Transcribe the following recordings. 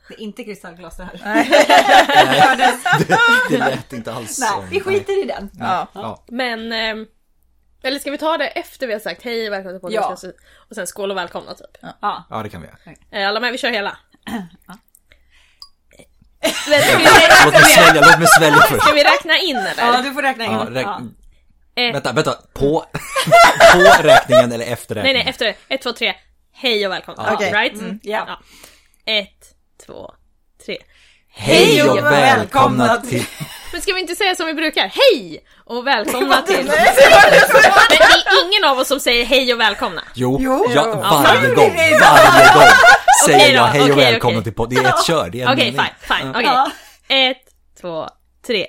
Det är inte kristallglas det här. Det lät inte alls. Nej, vi skiter i den. Ja. Men, eller ska vi ta det efter vi har sagt hej och välkomna till podden och sen skål och välkomna typ? Ja, det kan vi göra. Alla med, vi kör hela. Låt mig svälja först. Ska vi räkna in eller? Ja, du får räkna in. Vänta. På räkningen eller efter räkningen? Nej, efter det. 1, 2, 3. Hej och välkomna. Okej. Right? Ja. 1, 2, 3. Hej och välkomna till... Men ska vi inte säga som vi brukar? Hej och välkomna till... Men det är ingen av oss som säger hej och välkomna. Jo. Varje gång säger jag hej och välkomna till podd. Det är ett kör. Okej, fine. Okej. 1, 2, 3.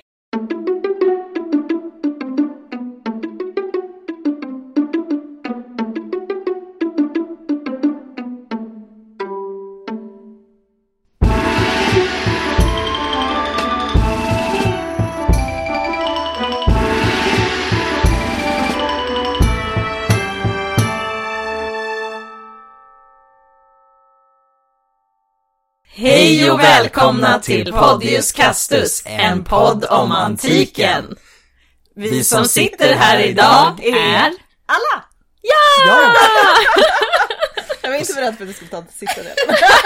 Hej och välkomna till Podius Castus, en podd om antiken. Vi som sitter här idag är alla! Ja! Jag var inte beredd för att du skulle sitta där.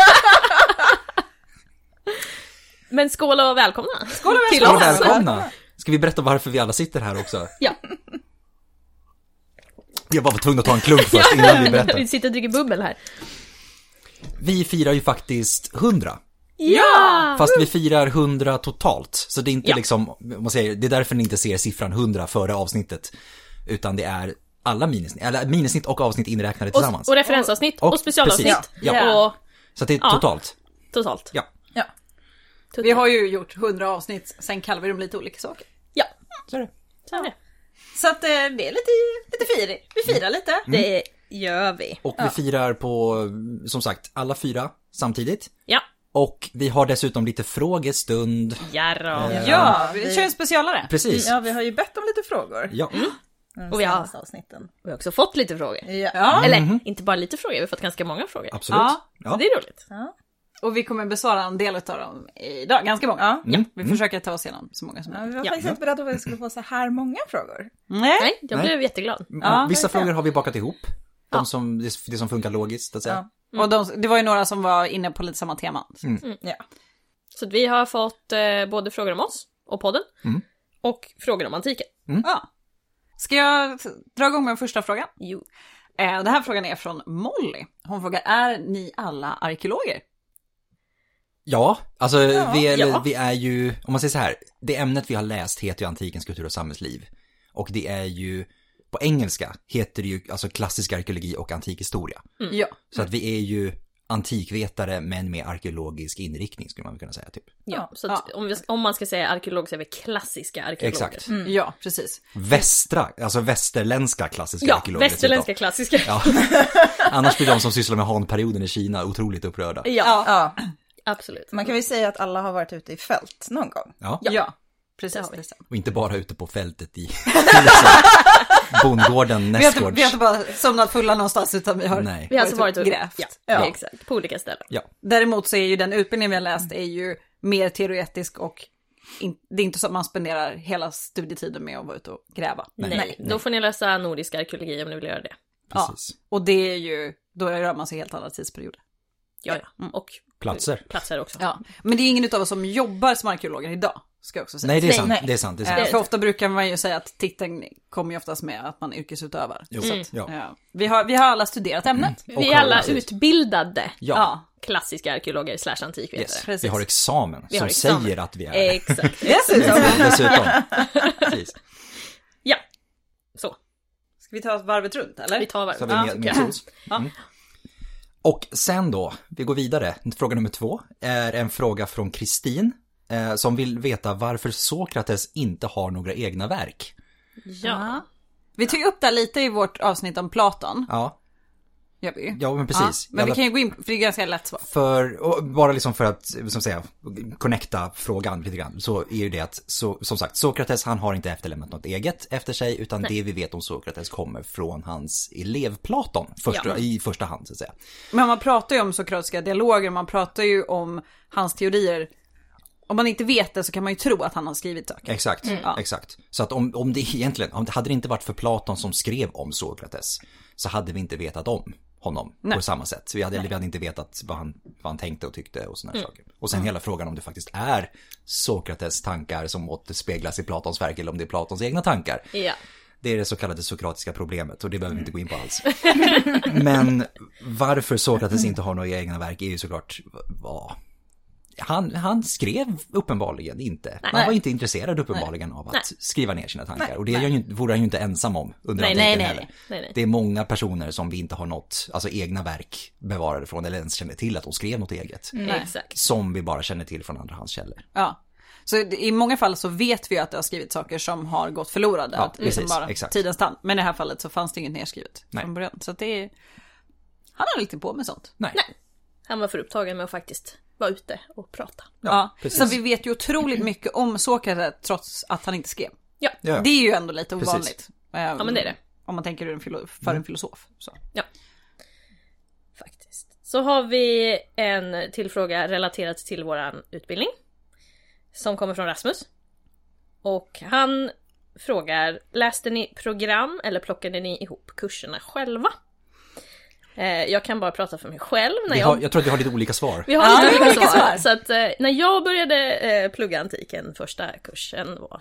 Men skål och välkomna. Skål och till välkomna. oss. Välkomna. Ska vi berätta varför vi alla sitter här också? Ja. Jag var tvungen att ta en klunk först innan vi berättar. Vi sitter och dricker bubbel här. Vi firar ju faktiskt 100. Ja! Fast vi firar 100 totalt. Så det är inte liksom, om man säger, det är därför ni inte ser siffran 100 före avsnittet. Utan det är alla minisnitt och avsnitt inräknade tillsammans. Och referensavsnitt och specialavsnitt. Precis, ja. Och så att det är totalt. totalt. Ja. Vi har ju gjort 100 avsnitt, sen kallar vi dem lite olika saker. Ja. Så är det. Så är det. Så att det är lite firig. Vi firar lite. Det gör vi. Och vi firar på, som sagt, alla 4 samtidigt. Ja. Och vi har dessutom lite frågestund. Ja. Vi kör en specialare. Precis. Ja, vi har ju bett om lite frågor. Ja. Och vi har också fått lite frågor. Ja. Eller inte bara lite frågor, vi har fått ganska många frågor. Absolut. Ja. Så det är roligt. Och vi kommer besvara en del av dem idag, ganska många. Ja. Vi försöker ta oss igenom så många som Ja, möjligt. vi var faktiskt inte beredda på att vi skulle få så här många frågor. Nej, jag blev jätteglad. Vissa frågor har vi bakat ihop. Det som funkar logiskt, att säga. Och det var ju några som var inne på lite samma tema. Ja. Så att vi har fått både frågor om oss och podden. Och frågor om antiken. Ja. Ska jag dra igång med den första frågan? Jo. Den här frågan är från Molly. Hon frågar, är ni alla arkeologer? Ja, alltså vi är ju, om man säger så här, det ämnet vi har läst heter ju antikens kultur och samhällsliv. Och det är ju, på engelska heter det ju alltså klassisk arkeologi och antik historia. Ja. Så att vi är ju antikvetare men med arkeologisk inriktning skulle man kunna säga typ. Ja, så att om man ska säga arkeolog så är vi klassiska arkeologer. Exakt. Ja, precis. Västerländska klassiska arkeologer. Ja, västerländska klassiska. Ja. Annars blir de som sysslar med hanperioden i Kina otroligt upprörda. Ja, absolut. Man kan väl säga att alla har varit ute i fält någon gång. Ja. Precis. Och inte bara ute på fältet i bondgården nästgårds. Vi har inte bara somnat fulla någonstans utan vi har alltså varit och grävt. Ja, exakt. På olika ställen. Ja. Däremot så är ju den utbildning vi har läst är ju mer teoretisk och det är inte så att man spenderar hela studietiden med att vara ute och gräva. Nej. Då får ni läsa nordisk arkeologi om ni vill göra det. Precis. Ja, och det är ju, då rör man sig helt andra tidsperioder. Ja. Och platser också. Ja. Men det är ingen utav oss som jobbar som arkeologer idag, ska jag också säga. Nej, det är sant. För ofta brukar man ju säga att titeln kommer ju oftast med att man yrkesutövar. Vi har alla studerat ämnet. Vi är alla utbildade klassiska arkeologer / antikvetare. Vi har examen som säger att vi är det. Exakt. Dessutom. Precis. Ja, så. Ska vi ta varvet runt, eller? Vi tar Så varvet. vi med Och sen då, vi går vidare. Fråga nummer 2 är en fråga från Kristin som vill veta varför Sokrates inte har några egna verk. Ja. Vi tog upp det lite i vårt avsnitt om Platon. Ja. gör vi ju. Ja, men precis. Ja, men vi kan ju gå in, för det är ganska lätt svar. Bara liksom för att, som säga, connecta frågan lite grann, så är ju det att, som sagt, Sokrates, han har inte efterlämnat något eget efter sig, utan det vi vet om Sokrates kommer från hans elev Platon, i första hand, så att säga. Men man pratar ju om sokratiska dialoger, man pratar ju om hans teorier. Om man inte vet det så kan man ju tro att han har skrivit saker. Exakt, exakt. Så att om det egentligen, hade det inte varit för Platon som skrev om Sokrates, så hade vi inte vetat om honom på samma sätt. Vi hade inte vetat vad han tänkte och tyckte och såna här saker. Och sen hela frågan om det faktiskt är Sokrates tankar som återspeglas i Platons verk, eller om det är Platons egna tankar. Ja. Det är det så kallade sokratiska problemet, och det behöver vi inte gå in på alls. Men varför Sokrates inte har några egna verk är ju såklart han skrev uppenbarligen inte. Han var inte intresserad uppenbarligen av att skriva ner sina tankar. Och det vore han ju inte ensam om under antiken heller. Nej. Det är många personer som vi inte har något, alltså egna verk bevarade från, eller ens känner till att de skrev något eget. Exakt. Som vi bara känner till från andrahandskällor. Ja. Så i många fall så vet vi att det har skrivit saker som har gått förlorade. Ja, att liksom precis, bara exakt. Tidens tand. Men i det här fallet så fanns det inget nedskrivet från början. Så att det är... Han har lite på med sånt. Nej. Han var för upptagen med att faktiskt vara ute och prata. Ja, så vi vet ju otroligt mycket om Sokrates trots att han inte skrev. Ja. Det är ju ändå lite ovanligt. Ja, men det är det. Om man tänker för en filosof. Så. Ja. Faktiskt. Så har vi en till fråga relaterat till våran utbildning. Som kommer från Rasmus. Och han frågar, läste ni program eller plockade ni ihop kurserna själva? Jag kan bara prata för mig själv. Jag tror att vi har lite olika svar. Vi har lite olika svar. Så att när jag började plugga antiken, första kursen var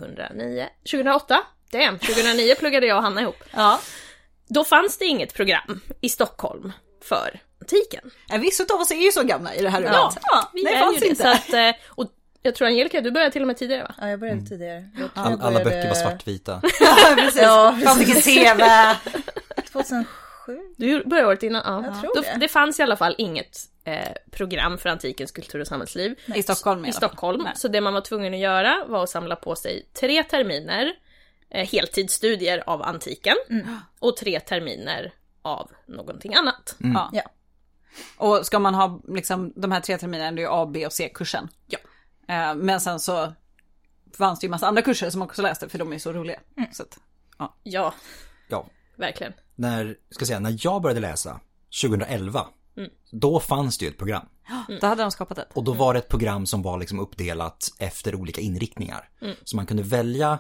2008. 2009 pluggade jag och Hanna ihop. Ja. Då fanns det inget program i Stockholm för antiken. Vissa av oss är ju så gamla i det här rummet. Ja, vi är ju det. Så att, och jag tror Angelica, du började till och med tidigare, va? Ja, jag började tidigare. Alla böcker var svartvita. Precis. Fanns vilken TV. 2007. Du började året innan, ja. Jag tror det. Det fanns i alla fall inget program för antikens kultur och samhällsliv. I Stockholm. I Stockholm. Så det man var tvungen att göra var att samla på sig 3 terminer heltidsstudier av antiken och 3 terminer av någonting annat. Ja. Och ska man ha liksom de här 3 terminerna, det är A, B och C-kursen. Ja. Men sen så fanns det ju massa andra kurser som också läste, för de är så roliga. Så att, Ja, Ja. verkligen. När jag började läsa 2011, då fanns det ju ett program. då hade de skapat det. Och då var det ett program som var liksom uppdelat efter olika inriktningar. Så man kunde välja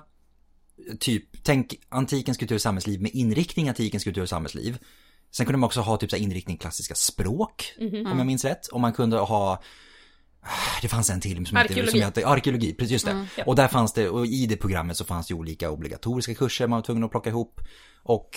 tänk antikens kultur och samhällsliv med inriktning antikens kultur och samhällsliv. Sen kunde man också ha typ så här inriktning klassiska språk, om jag minns rätt. Och man kunde ha, det fanns en till som hette arkeologi, precis just det. Och där fanns det, och i det programmet så fanns det olika obligatoriska kurser man var tvungen att plocka ihop. Och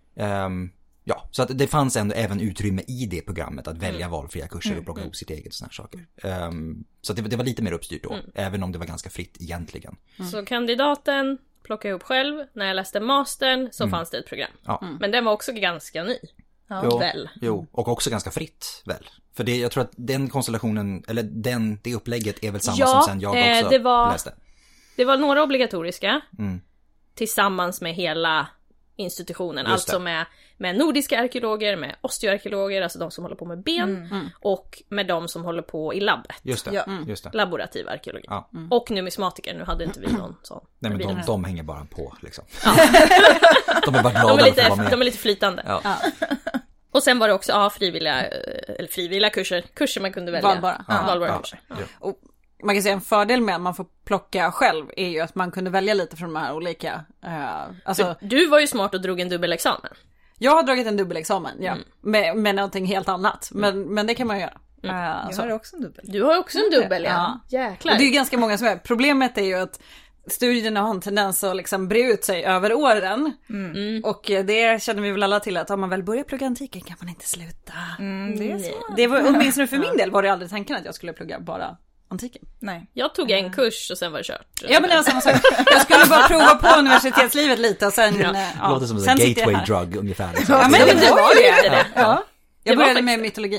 så att det fanns även utrymme i det programmet att välja valfria kurser och plocka ihop sitt eget och såna här saker. Så att det var lite mer uppstyrt då, även om det var ganska fritt egentligen. Så kandidaten plockade ihop själv. När jag läste mastern så fanns det ett program. Men den var också ganska ny. Jo, och också ganska fritt väl. För jag tror att den konstellationen, eller det upplägget är väl samma som sen jag också läste. Det var några obligatoriska tillsammans med hela institutionen. Alltså med nordiska arkeologer, med osteoarkeologer, alltså de som håller på med ben, och med de som håller på i labbet. Just det. Laborativ arkeologi. Och numismatiker, nu hade inte vi någon sån. Nej, men de hänger bara på liksom. De är bara glada för att vara med. De är lite flytande. Ja. Och sen var det också frivilliga kurser man kunde välja. Valbara kurser. Och man kan säga en fördel med att man får plocka själv är ju att man kunde välja lite från de här olika... Du var ju smart och drog en dubbelexamen. Jag har dragit en dubbelexamen, med någonting helt annat. Men det kan man göra. Jag har också en dubbel. Du har också en dubbel, ja. Jäklar. Och det är ju ganska många som är. Problemet är ju att studierna har en tendens att liksom bre ut sig över åren. Och det känner vi väl alla till, att om man väl börjar plugga antiken kan man inte sluta. Det är så. Det var, åtminstone för min del var det aldrig tanken att jag skulle plugga bara antiken. Nej. Jag tog en kurs och sen var det kört. Ja, men det var samma sak. Jag skulle bara prova på universitetslivet lite och sen... Det låter som en gateway drug ungefär. Liksom. Ja, men det var det. Ja. Jag började med mytologi.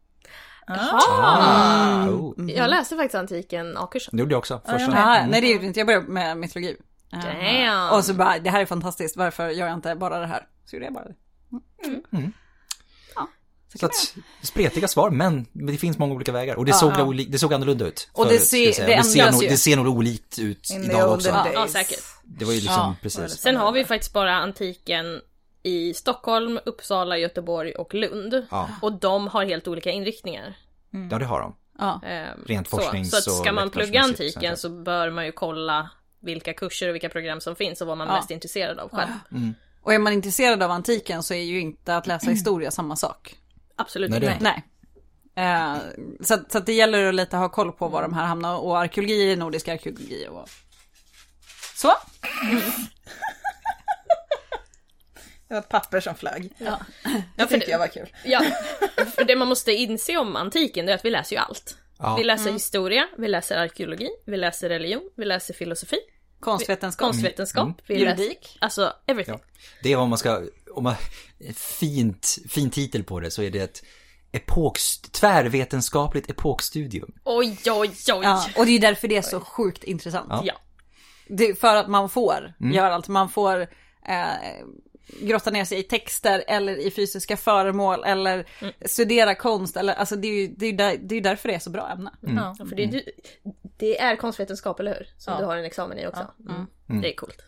Jag läste faktiskt antiken A-kursen. Det gjorde jag också. Nej, det gjorde inte. Jag började med mytologi. Och så bara, det här är fantastiskt. Varför gör jag inte bara det här? Så gjorde jag bara det. Så att, spretiga svar, men det finns många olika vägar. Och det såg annorlunda ut. Och det ser nog olikt ut idag också. Ja, säkert. Det var ju liksom precis. Sen har vi faktiskt bara antiken i Stockholm, Uppsala, Göteborg och Lund. Ja. Och de har helt olika inriktningar. Ja, det har de. Ja. Rent forsknings- så att ska man plugga antiken så bör man ju kolla vilka kurser och vilka program som finns och vad man är mest intresserad av själv. Och är man intresserad av antiken så är ju inte att läsa historia samma sak. Absolut inte. Nej. Så att det gäller att lite ha koll på var de här hamnar. Och arkeologi, nordisk arkeologi och så. Det var ett papper som flög. Ja. Det tyckte jag var kul. Ja, för det man måste inse om antiken är att vi läser ju allt. Ja. Vi läser historia, vi läser arkeologi, vi läser religion, vi läser filosofi. Konstvetenskap. Juridik. Alltså, everything. Ja. Det är vad man ska, om man fin titel på det så är det ett tvärvetenskapligt epokstudium. Oj. Ja, och det är ju därför det är så sjukt intressant. Ja. Det är för att man får göra allt. Man får grotta ner sig i texter eller i fysiska föremål eller studera konst. Eller, alltså det är ju därför det är så bra ämne. Ja, för det är konstvetenskap, eller hur? Som du har en examen i också. Det är coolt.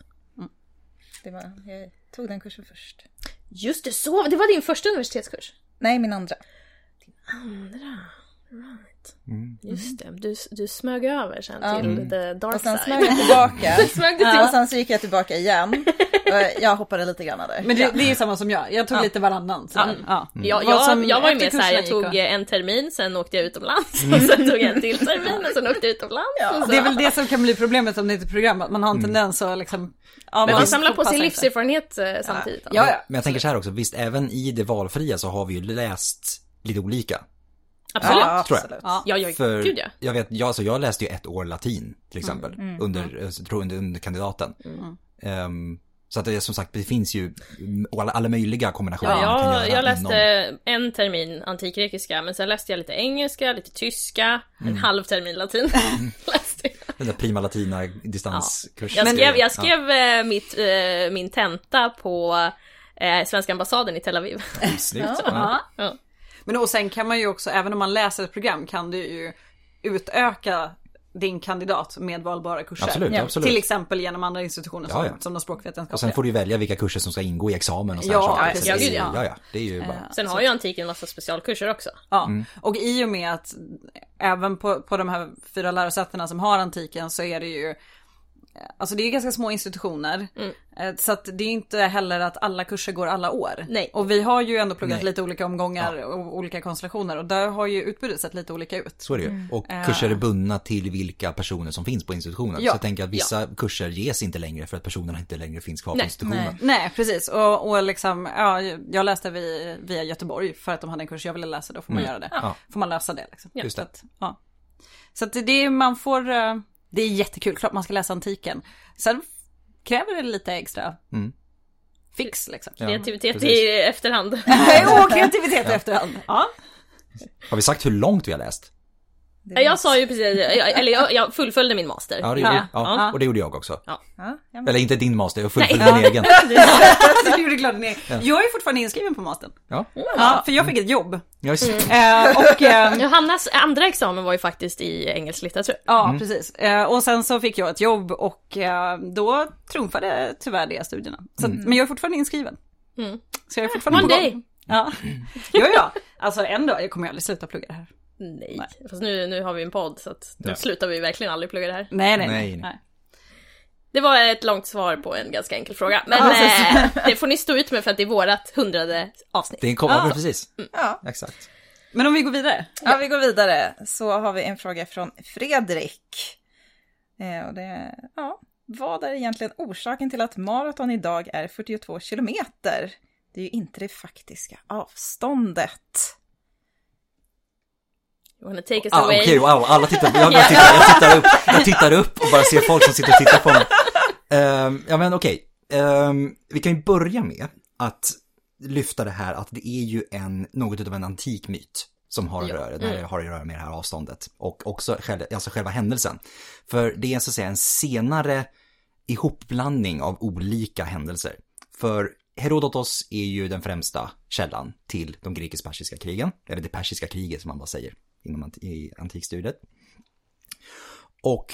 Jag tog den kursen först. Just det, så det var din första universitetskurs? Nej, min andra. Din andra? Right. Just det, du smög över sen till the dark och sen side. smög jag tillbaka. Och sen så gick jag tillbaka igen. Jag hoppade lite grann där. Men det är ju samma som jag tog lite varannan. Så. Jag var ju med så här, jag tog en termin, sen åkte jag utomlands. Och sen tog jag en till termin och sen åkte jag utomlands. Det är väl det som kan bli problemet om det är ett program, att man har en tendens att liksom... men man samlar på sin livserfarenhet samtidigt. Ja. Men jag tänker så här också, visst även i det valfria så har vi ju läst lite olika. Absolut. Ja, tror jag. För gud, jag vet, jag läste ju 1 år latin till exempel under kandidaten. Så att det är som sagt, det finns ju alla möjliga kombinationer. Jag läste en termin antikgrekiska, men sen läste jag lite engelska, lite tyska, en halv termin latin. Den där prima latina distanskursen. Jag skrev min tenta på svenska ambassaden i Tel Aviv. Ja. Men och sen kan man ju också, även om man läser ett program, kan du ju utöka din kandidat med valbara kurser. Absolut. Till exempel genom andra institutioner som de språkvetenskapliga. Och sen får du välja vilka kurser som ska ingå i examen och det är ju bara... Sen har ju antiken en massa specialkurser också. Ja, och i och med att även på de här 4 lärosätena som har antiken så är det ju, alltså det är ganska små institutioner. Så att det är inte heller att alla kurser går alla år. Nej. Och vi har ju ändå pluggat lite olika omgångar och olika konstellationer. Och där har ju utbudet sett lite olika ut. Så är det ju. Och kurser är bundna till vilka personer som finns på institutionen. Så jag tänker att vissa kurser ges inte längre för att personerna inte längre finns kvar på institutionen. Nej, precis. Och liksom, jag läste via Göteborg för att de hade en kurs jag ville läsa. Då får man göra det. Får man lösa det liksom. Just det. Så att det man får... Det är jättekul, klart man ska läsa antiken. Sen kräver det lite extra fix liksom. Kreativitet i efterhand. Kreativitet i efterhand. Ja. Har vi sagt hur långt vi har läst? Jag sa ju precis, jag fullföljde min master. Ja, det gjorde jag. Och det gjorde jag också. Ja. Eller inte din master, jag fullföljde min egen. Du gjorde glad ner. Jag är fortfarande inskriven på mastern. Ja, för jag fick ett jobb. Johannas andra examen var ju faktiskt i engelsk litteratur. Ja, precis. Och sen så fick jag ett jobb och då trumfade tyvärr det studierna. Så, men jag är fortfarande inskriven. Så jag är fortfarande One day. Ja. Ja. Alltså en dag, jag kommer aldrig sluta plugga det här. Nej. Fast nu har vi en podd så att då slutar vi verkligen aldrig plugga det här. Nej. Det var ett långt svar på en ganska enkel fråga. Men det får ni stå ut med för att det är vårat 100:e avsnitt. Det är en kommande precis. Ja, exakt. Men om vi går vidare? Ja, vi går vidare. Så har vi en fråga från Fredrik. Och det, vad är egentligen orsaken till att maraton idag är 42 kilometer? Det är ju inte det faktiska avståndet. You wanna take us away? Okej, wow, alla tittar. Jag tittar upp och bara ser folk som sitter och tittar på mig. Vi kan ju börja med att lyfta det här att det är ju något av en antik myt som har att göra med det här avståndet och också själva händelsen. För det är så att säga en senare ihopblandning av olika händelser. För Herodotos är ju den främsta källan till de grekisk-persiska krigen, eller det persiska kriget som man bara säger i antikstudiet. Och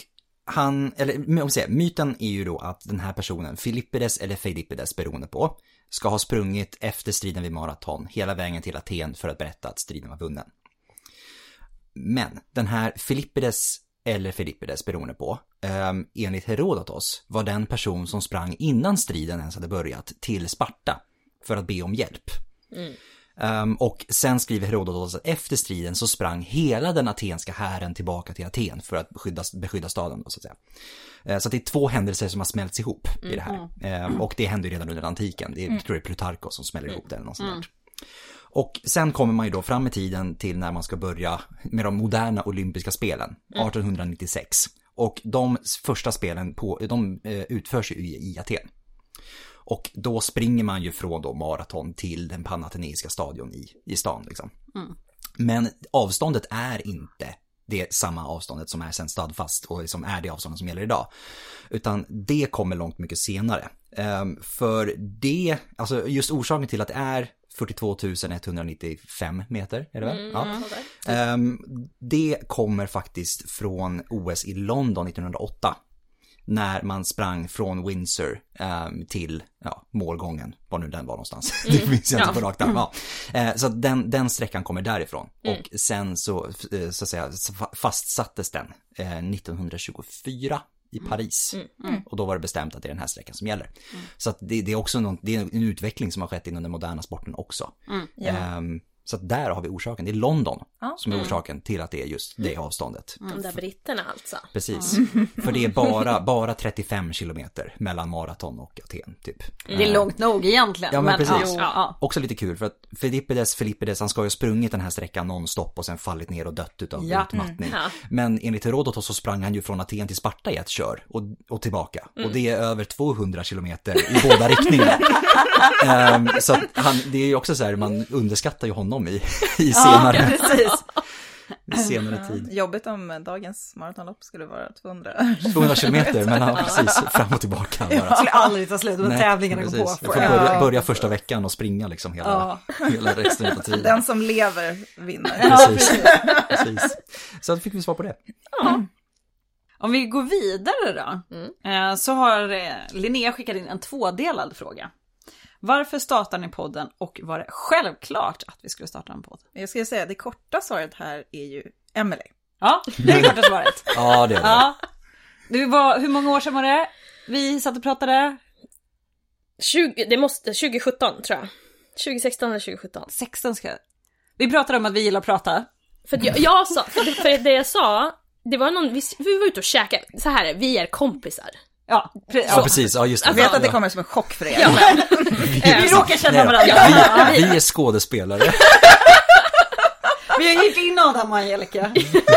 myten är ju då att den här personen, Filippides eller Feidippides beroende på, ska ha sprungit efter striden vid Marathon hela vägen till Aten för att berätta att striden var vunnen. Men den här Filippides eller Feidippides beroende på, enligt Herodotos var den person som sprang innan striden ens hade börjat till Sparta för att be om hjälp. Och sen skriver Herodotos att efter striden så sprang hela den atenska hären tillbaka till Aten för att beskydda staden då, så att säga. Så att det är 2 händelser som har smälts ihop i det här. Och det hände ju redan under antiken. Det är, tror jag, Plutarkos som smäller ihop det eller något sånt där. Och sen kommer man ju då fram i tiden till när man ska börja med de moderna olympiska spelen, 1896. Och de första spelen utförs ju i Aten. Och då springer man ju från då Marathon till den Panateneiska stadion i stan liksom. Men avståndet är inte det samma avståndet som är sen stadfast och som är det avståndet som gäller idag. Utan det kommer långt mycket senare. För det, alltså just orsaken till att det är 42 195 meter, är det väl? Ja. Det kommer faktiskt från OS i London 1908. När man sprang från Windsor till målgången, var nu den var någonstans. Det minns jag inte på rakt av. Så den sträckan kommer därifrån. Och sen så att säga fastsattes den 1924 i Paris. Och då var det bestämt att det är den här sträckan som gäller. Så att det är också det är en utveckling som har skett inom den moderna sporten också. Så att där har vi orsaken. Det är London som är orsaken till att det är just det avståndet. De där britterna alltså. Precis. För det är bara 35 kilometer mellan Marathon och Aten typ. Det är långt nog egentligen. Ja, men precis. Också lite kul för att Filippides han ska ju ha sprungit den här sträckan nonstop och sen fallit ner och dött utav utmattning. Men enligt Herodotos så sprang han ju från Aten till Sparta i ett kör och tillbaka. Och det är över 200 kilometer i båda riktningar. Så att det är ju också så här, man underskattar ju honom i senare, senare tid. Jobbigt om dagens maratonlopp skulle vara 200 kilometer, men precis fram och tillbaka. Det skulle aldrig ta slut, men tävlingarna går på. Jag får börja första veckan och springa liksom hela resten av tiden. Den som lever vinner. Precis. Så fick vi svar på det. Om vi går vidare då, så har Linnea skickat in en 2-delad fråga. Varför startar ni podden och var det självklart att vi skulle starta en podd? Jag skulle säga det korta svaret här är ju Emily. Ja, det är det korta svaret. Ja, det är det. Hur många år sedan var det? Vi satt och pratade? 2017 tror jag. 2016 eller 2017. 16 Vi pratade om att vi gillar att prata. För jag sa, för det jag sa, det var vi var ute och käkade. Så här, vi är kompisar. Ja, precis. Ja, just det. Jag vet att det kommer som en chock för er. Vi råkar känna varandra. Vi är skådespelare. Vi har hyrt in Adam och Angelica.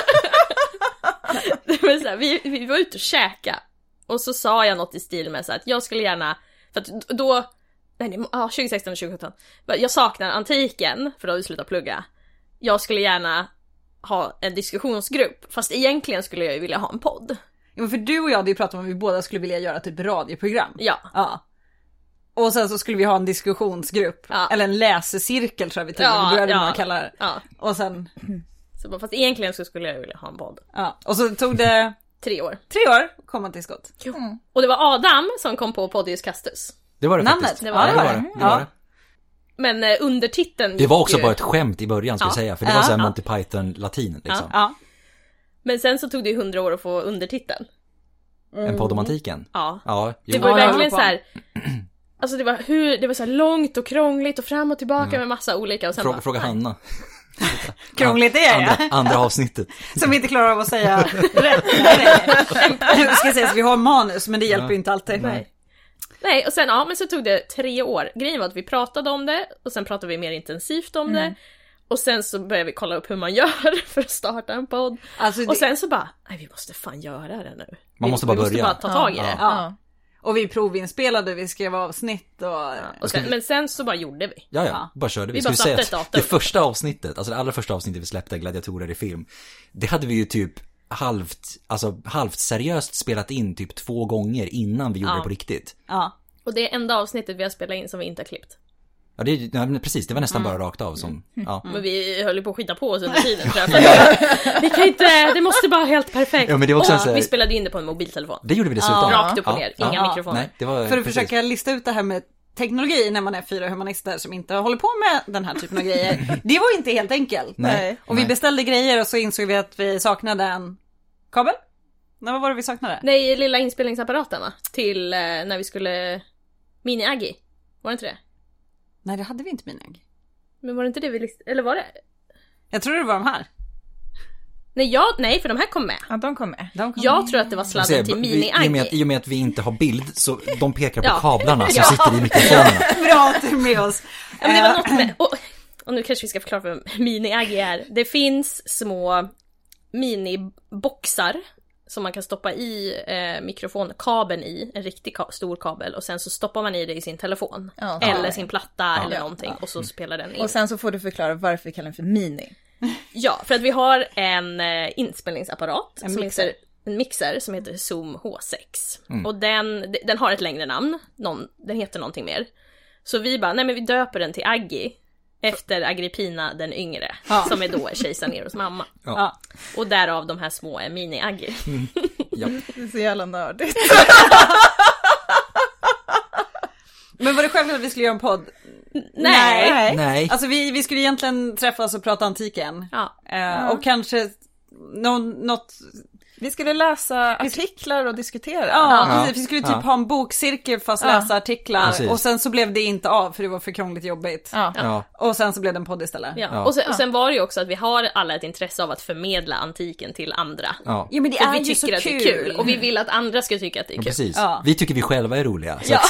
Vi var ute och käka. Och så sa jag något i stil med så att jag skulle gärna, för att då 2016 och 2017. Jag saknar antiken, för då har vi slutat plugga. Jag skulle gärna ha en diskussionsgrupp, fast egentligen skulle jag ju vilja ha en podd. Ja, men för du och jag hade ju pratat om att vi båda skulle vilja göra typ radioprogram. Ja. Och sen så skulle vi ha en diskussionsgrupp. Eller en läsecirkel tror jag vi började kalla det. Och sen... Så, fast egentligen så skulle jag vilja ha en podd. Ja. Och så tog det... 3 år. 3 år kom man till skott. Och det var Adam som kom på Podius Castus. Det var det namnet. Faktiskt. Det var det. Men undertiteln... Det var också bara ett skämt i början, ska jag säga. För det var så här Monty Python-latin liksom. Men sen så tog det 100 år att få undertiteln. En podd om antiken? Ja. Det var verkligen så här... Alltså det var så här långt och krångligt och fram och tillbaka med massa olika. Och sen fråga Hanna. Krångligt är det. Andra avsnittet. Som vi inte klarar av att säga rätt. Nej. Ska säga att vi har manus, men det hjälper ju inte alltid. Nej, och sen men så tog det 3 år. Grejen var att vi pratade om det och sen pratade vi mer intensivt om det. Och sen så började vi kolla upp hur man gör för att starta en podd. Alltså och sen så bara, nej, vi måste fan göra det nu. Man måste bara börja. Vi måste bara ta tag i det. Ja. Och vi provinspelade, vi skrev avsnitt och men sen så bara gjorde vi. Ja, bara körde vi. Vi bara satte ett datum. Det första avsnittet, alltså det allra första avsnittet vi släppte, Gladiatorer i film, det hade vi ju typ halvt seriöst spelat in typ 2 gånger innan vi gjorde det på riktigt. Ja. Och det är enda avsnittet vi har spelat in som vi inte har klippt. Ja, precis. Det var nästan bara rakt av som... Ja. Men vi höll ju på att skita på oss under tiden. Vi kan inte... Det måste bara helt perfekt. Ja, men det är också och så här... vi spelade in det på en mobiltelefon. Det gjorde vi dessutom. Rakt upp och ner. Inga mikrofoner. Nej, det var för att försöka lista ut det här med teknologi när man är 4 humanister som inte håller på med den här typen av grejer. Det var inte helt enkelt. Nej. Och vi beställde grejer och så insåg vi att vi saknade en kabel. Nej, vad var det vi saknade? Nej, lilla inspelningsapparaten va? Till när vi skulle... Mini-Aggi. Var det inte det? Nej, det hade vi inte Mini-Aggi. Men var det inte det vi listade? Eller var det? Jag tror det var de här. Nej, för de här kom med. Ja, de kom med. Jag tror att det var sladden till Mini-Aggi. I och med att vi inte har bild så de pekar på kablarna som sitter i mikrofonerna. Bra att du är med oss. Ja, men det var något med... Och nu kanske vi ska förklara vad Mini-Aggi är. Det finns små mini-boxar som man kan stoppa i mikrofonkabeln i, en riktig stor kabel, och sen så stoppar man i det i sin telefon. Eller sin platta eller någonting, och så spelar den in. Och sen så får du förklara varför vi kallar den för Mini. Ja, för att vi har en inspelningsapparat, en mixer som heter Zoom H6. Och den har ett längre namn, den heter någonting mer. Så vi bara, nej men vi döper den till Aggi. Efter Agrippina den yngre, som är då kejsar Neros mamma. Ja. Och därav de här små är Mini-Aggi. Ja. Det är så jävla nördigt. Men var det självklart att vi skulle göra en podd? Nej. Alltså vi skulle egentligen träffas och prata antiken. Och kanske något... Vi skulle läsa artiklar och diskutera. Precis. Vi skulle typ ha en bokcirkel fast läsa artiklar. Precis. Och sen så blev det inte av för det var för krångligt jobbigt. Och sen så blev det en podd istället. Och sen var det ju också att vi har alla ett intresse av att förmedla antiken till andra. Ja, men det är vi ju tycker så att kul. Det är kul. Och vi vill att andra ska tycka att det är kul. Precis. Vi tycker vi själva är roliga. Så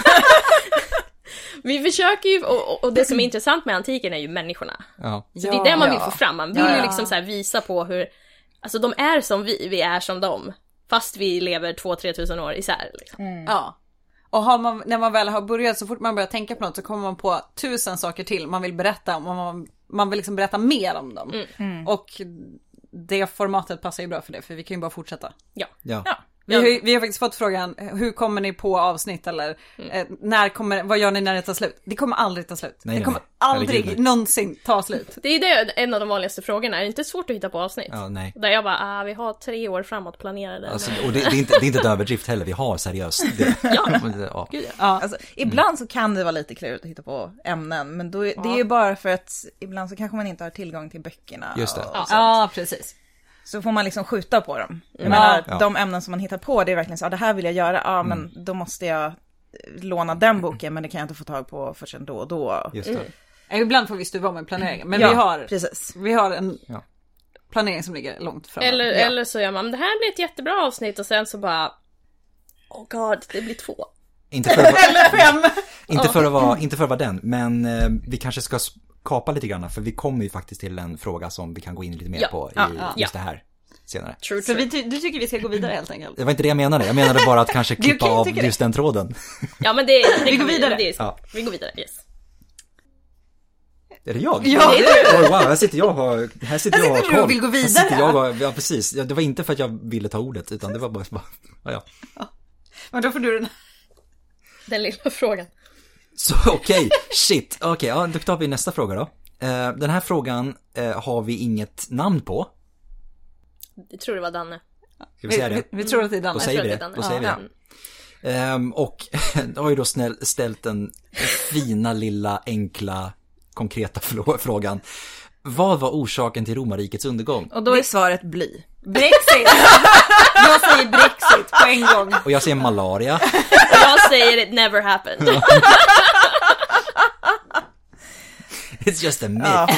Vi försöker ju, och det som är intressant med antiken är ju människorna. Så det är det man vill få fram. Man vill ju liksom så här visa på hur, alltså de är som vi är som dem. Fast vi lever 2-3 tusen år isär liksom. Ja. Och när man väl har börjat, så fort man börjar tänka på något så kommer man på 1000 saker till man vill berätta om. Man vill liksom berätta mer om dem. Och det formatet passar ju bra för det, för vi kan ju bara fortsätta. Ja. Vi har faktiskt fått frågan, hur kommer ni på avsnitt eller vad gör ni när det tar slut? Det kommer aldrig ta slut. Det kommer aldrig någonsin ta slut. Det är det en av de vanligaste frågorna. Är det inte svårt att hitta på avsnitt? Nej. Där jag bara, vi har 3 år framåt planerade. Alltså, och det är inte ett överdrift heller, vi har seriöst det. Alltså, ibland så kan det vara lite klurigt att hitta på ämnen, men det är ju bara för att ibland så kanske man inte har tillgång till böckerna. Just det. Ja, precis. Så får man liksom skjuta på dem. De ämnen som man hittar på, det är verkligen så, det här vill jag göra, men då måste jag låna den boken, men det kan jag inte få tag på förrän då och då. Just det. Ibland får vi stuva med planeringen, men vi har en planering som ligger långt fram. Eller så gör man, det här blir ett jättebra avsnitt och sen så bara, oh god, det blir 2. Eller 5! Inte för att vara den, men vi kanske ska kapa lite grann, för vi kommer ju faktiskt till en fråga som vi kan gå in lite mer på i just det här senare. True. Så du tycker vi ska gå vidare helt enkelt? Det var inte det jag menade. Jag menade bara att kanske klippa av just den tråden. Ja, men vi går vidare. Vi går vidare, yes. Är det jag? Ja, wow, här sitter jag och vill gå vidare. Ja, precis. Det var inte för att jag ville ta ordet, utan det var bara ja. Men då får du den lilla frågan. Så okej, då tar vi nästa fråga då. Den här frågan har vi inget namn på. Jag tror det var Danne. Ska vi säga det? Vi tror att det är Danne. Då säger vi det. Och då har ju då ställt den fina, lilla, enkla, konkreta frågan. Vad var orsaken till romarrikets undergång? Och då är svaret bly. Brexit! Jag säger Brexit på en gång. Och jag säger malaria. Och jag säger it never happened. It's just a myth.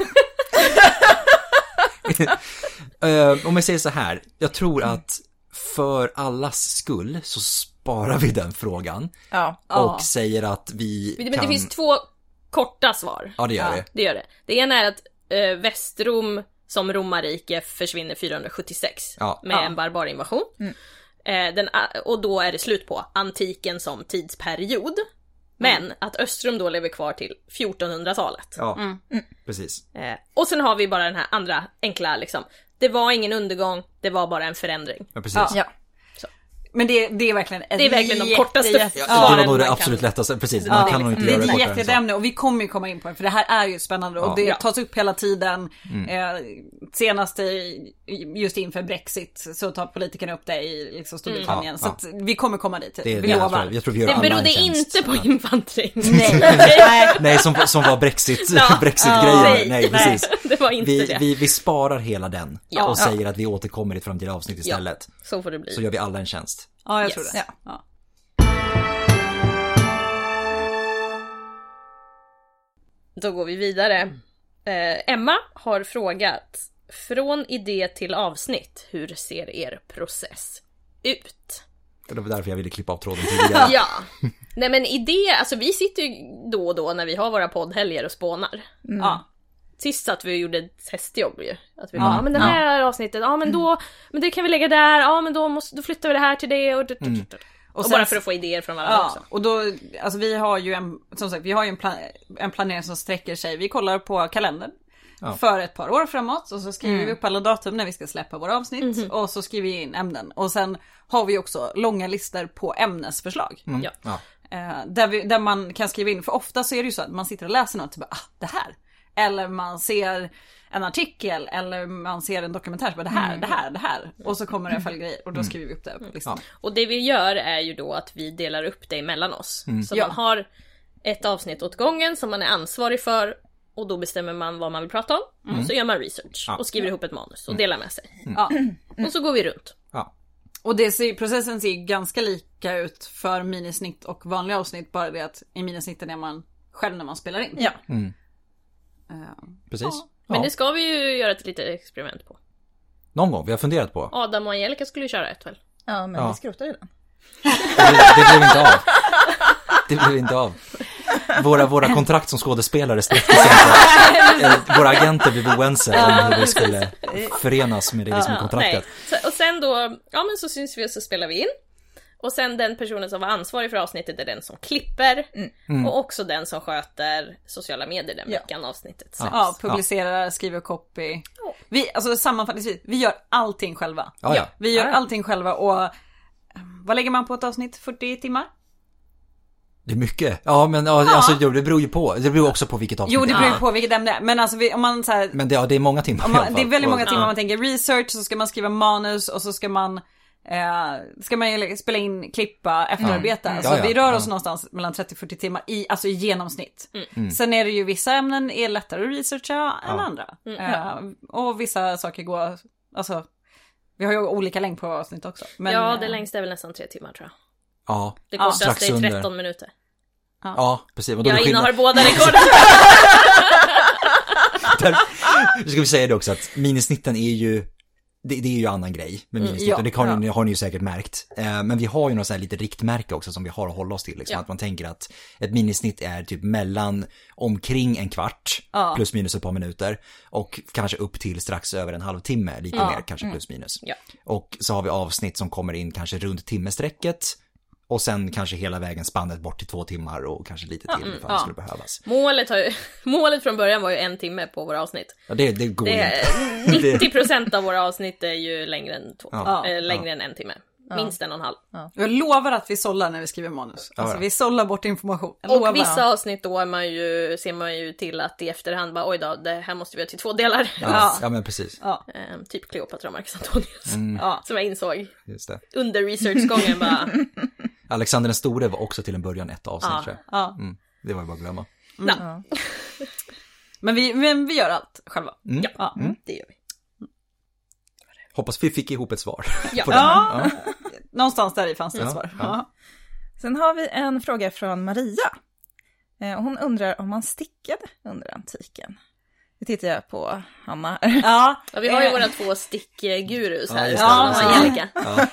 Om jag säger så här, jag tror att för allas skull så sparar vi den frågan. Och säger att men det finns 2 korta svar. Ja, det gör det. Det gör det. Det ena är att Västrom som romarrike försvinner 476 med en barbarinvasion. Och då är det slut på antiken som tidsperiod. Men att Östrom då lever kvar till 1400-talet. Precis. Och sen har vi bara den här andra enkla liksom. Det var ingen undergång, det var bara en förändring. Ja, precis. Så. Men det är verkligen det är verkligen de kortaste det var nog det absolut lättaste, precis. Man kan nog inte göra det kortare. Det är ett jätteämne och vi kommer ju komma in på det, för det här är ju spännande och det tas upp hela tiden. Senast just inför Brexit så tar politikerna upp det i liksom Storbritannien. Så att vi kommer komma dit. Vi lovar. Jag tror vi gör det berodde inte på invandring. Nej, som var Brexit-grejen. Nej, precis. Det var inte det. Vi sparar hela den och säger att vi återkommer i ett framtida avsnitt istället. Så får det bli. Så gör vi alla en tjänst. Ja, jag tror det. Ja. Då går vi vidare. Emma har frågat: från idé till avsnitt, hur ser er process ut? Det var därför jag ville klippa av tråden tidigare. Ja. Nej men idé, alltså vi sitter ju då och då när vi har våra poddhelger och spånar. Ja. Sist att vi gjorde ett testjobb ju. Att vi bara, men det här avsnittet, men det kan vi lägga där, men då flyttar vi det här till det och sen, bara för att få idéer från varandra också. Och då, alltså vi har ju en planering som sträcker sig. Vi kollar på kalendern för ett par år framåt och så skriver vi upp alla datum när vi ska släppa våra avsnitt och så skriver vi in ämnen. Och sen har vi också långa listor på ämnesförslag. Där man kan skriva in, för ofta så är det ju så att man sitter och läser något och bara, det här. Eller man ser en artikel eller man ser en dokumentär så bara det här. Och så kommer det följdgrejer och då skriver vi upp det på listan. Och det vi gör är ju då att vi delar upp det emellan oss. Så man har ett avsnitt åt gången som man är ansvarig för och då bestämmer man vad man vill prata om. Så gör man research och skriver ihop ett manus och delar med sig. Och så går vi runt. Och processen ser ganska lika ut för minisnitt och vanliga avsnitt, bara det att i minisnitten är man själv när man spelar in. Precis. Men det ska vi ju göra ett litet experiment på. Någon gång, vi har funderat på. Adam och Angelica skulle ju köra ett väl? Ja, men vi skrotar ju den. Det blev inte av. Våra kontrakt som skådespelare sträckte sig inte. Våra agenter blev oense om hur vi skulle förenas med det liksom kontraktet. Och sen då, men så syns vi och så spelar vi in. Och sen den personen som var ansvarig för avsnittet är den som klipper. Och också den som sköter sociala medier den veckan avsnittet. Publicerar, skriver copy. Alltså sammanfattningsvis, vi gör allting själva. Vi gör allting själva och vad lägger man på ett avsnitt? 40 timmar? Det är mycket. Alltså det beror ju på. Det beror också på vilket avsnitt. Jo, det beror ju på vilket ämne. Men alltså om man så här, men det är många timmar. Det är väldigt många timmar. Man tänker research, så ska man skriva manus och så ska man spela in, klippa, efterarbeta. Alltså vi rör oss någonstans mellan 30-40 timmar i genomsnitt. Sen är det ju vissa ämnen är lättare att researcha än andra. Och vissa saker går, alltså vi har ju olika längd på avsnitt också. Men, det längsta är väl nästan 3 timmar tror jag. Ja, det kortaste är 13 minuter. Ja, precis. Jag innehar båda rekorden. Nu ska vi säga det också att minisnitten är ju det är ju annan grej med minisnitten. Det har ni ju säkert märkt. Men vi har ju något så här lite riktmärke också som vi har att hålla oss till. Liksom. Att man tänker att ett minisnitt är typ omkring en kvart plus minus ett par minuter och kanske upp till strax över en halvtimme, lite mer kanske plus minus. Och så har vi avsnitt som kommer in kanske runt timmesträcket. Och sen kanske hela vägen spannet bort till 2 timmar och kanske lite till ifall det skulle behövas. Målet från början var ju 1 timme på våra avsnitt. Ja, det går inte. 90% av våra avsnitt är ju längre än längre än 1 timme. Minst 1,5. Jag lovar att vi sållar när vi skriver manus. Alltså vi sållar bort information. Och vissa avsnitt då ser man ju till att i efterhand bara, oj då, det här måste vi ha till 2 delar. Ja men precis. Typ Kleopatra och Marcus Antonius. Som jag insåg just det. Under researchgången bara. Alexander den store var också till en början ett avsnitt tror jag. Det var ju bara att glömma. Men vi gör allt själva. Det gör vi. Hoppas vi fick ihop ett svar. Någonstans där i fanns det ett svar. Sen har vi en fråga från Maria. Hon undrar om man stickade under antiken. Det tittar jag på Hanna. Vi har ju våra 2 stickgurus här. Angelica.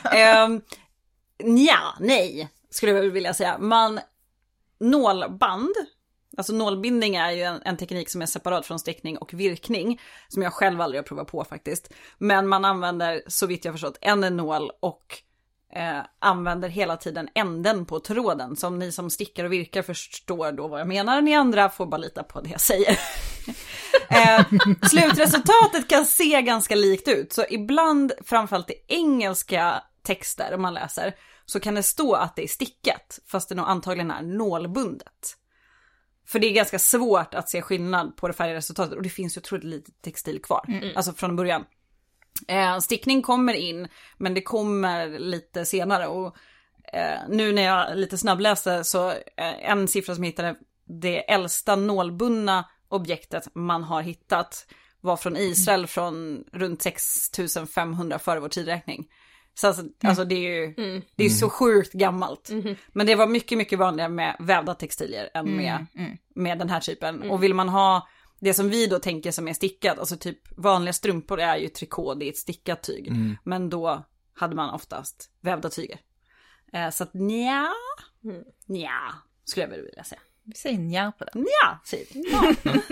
Nej, skulle jag vilja säga. Nålband, alltså nålbindning är ju en teknik som är separat från stickning och virkning, som jag själv aldrig har provat på faktiskt. Men man använder, så vitt jag förstått, en nål och använder hela tiden änden på tråden. Så om ni som stickar och virkar förstår då vad jag menar, ni andra får bara lita på det jag säger. Slutresultatet kan se ganska likt ut. Så ibland, framförallt i engelska texter om man läser, så kan det stå att det är stickat, fast det nog antagligen är nålbundet. För det är ganska svårt att se skillnad på det färdiga resultatet, och det finns ju otroligt lite textil kvar, alltså från början. Stickning kommer in, men det kommer lite senare, och nu när jag lite snabbläste så en siffra som jag hittade, det äldsta nålbundna objektet man har hittat var från Israel från runt 6500 före vår tidräkning. Så alltså det är ju det är så sjukt gammalt. Men det var mycket, mycket vanligare med vävda textilier än med den här typen. Och vill man ha det som vi då tänker som är stickat, alltså typ vanliga strumpor är ju trikå, det är ett stickat tyg. Men då hade man oftast vävda tyger. Så att nja, skulle jag väl vilja säga. Vi säger nja på det. Nja, säger vi. Ja.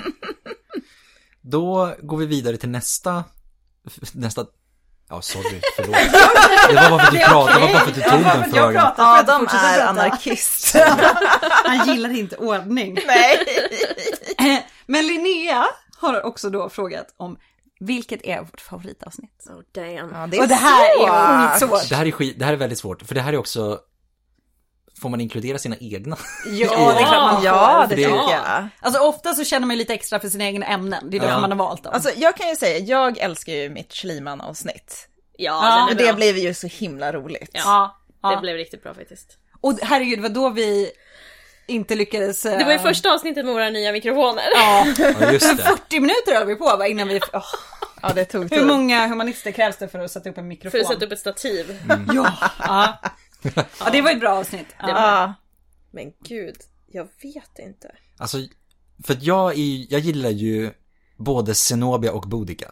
Då går vi vidare till nästa. Ja, sorry, förlåt. Det var bara för att du pratade, det var bara för att du tog den frågan. Adam är anarkist. Han gillar inte ordning. Nej. Men Linnea har också då frågat om vilket är vårt favoritavsnitt. Oh damn. Ja, det är och det här är skitsvårt. Det här är väldigt svårt, för det här är också, får man inkludera sina egna? Ja, det är klart man får. Ja, det det- tycker jag. Alltså ofta så känner man lite extra för sina egna ämnen. Det är det man har valt dem. Alltså jag kan ju säga, jag älskar ju mitt Schliemann-avsnitt. Ja, Och den är det bra. blev ju så himla roligt. ja. Det blev riktigt bra faktiskt. Och herregud, vad då vi inte lyckades... Det var ju första avsnittet med våra nya mikrofoner. Ja, Ja, just det. 40 minuter höll vi på va, innan vi... Ja, det tog tid. Hur många humanister krävs det för att sätta upp en mikrofon? För att sätta upp ett stativ. Ja, det var ett bra avsnitt. Ja. Ja. Men gud, jag vet inte. Alltså, för att jag gillar ju både Zenobia och Boudica.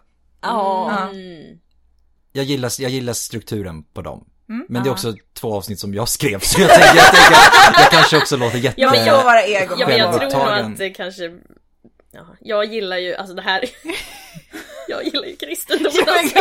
Jag gillar strukturen på dem. Men det är också 2 avsnitt som jag skrev, så jag tänker jag kanske också låter jätte... Ja, men Jag vara ego. Ja, men jag tror nog Självupptagen. att det kanske... Ja, jag gillar ju, alltså det här... jag gillar ju kristendomen.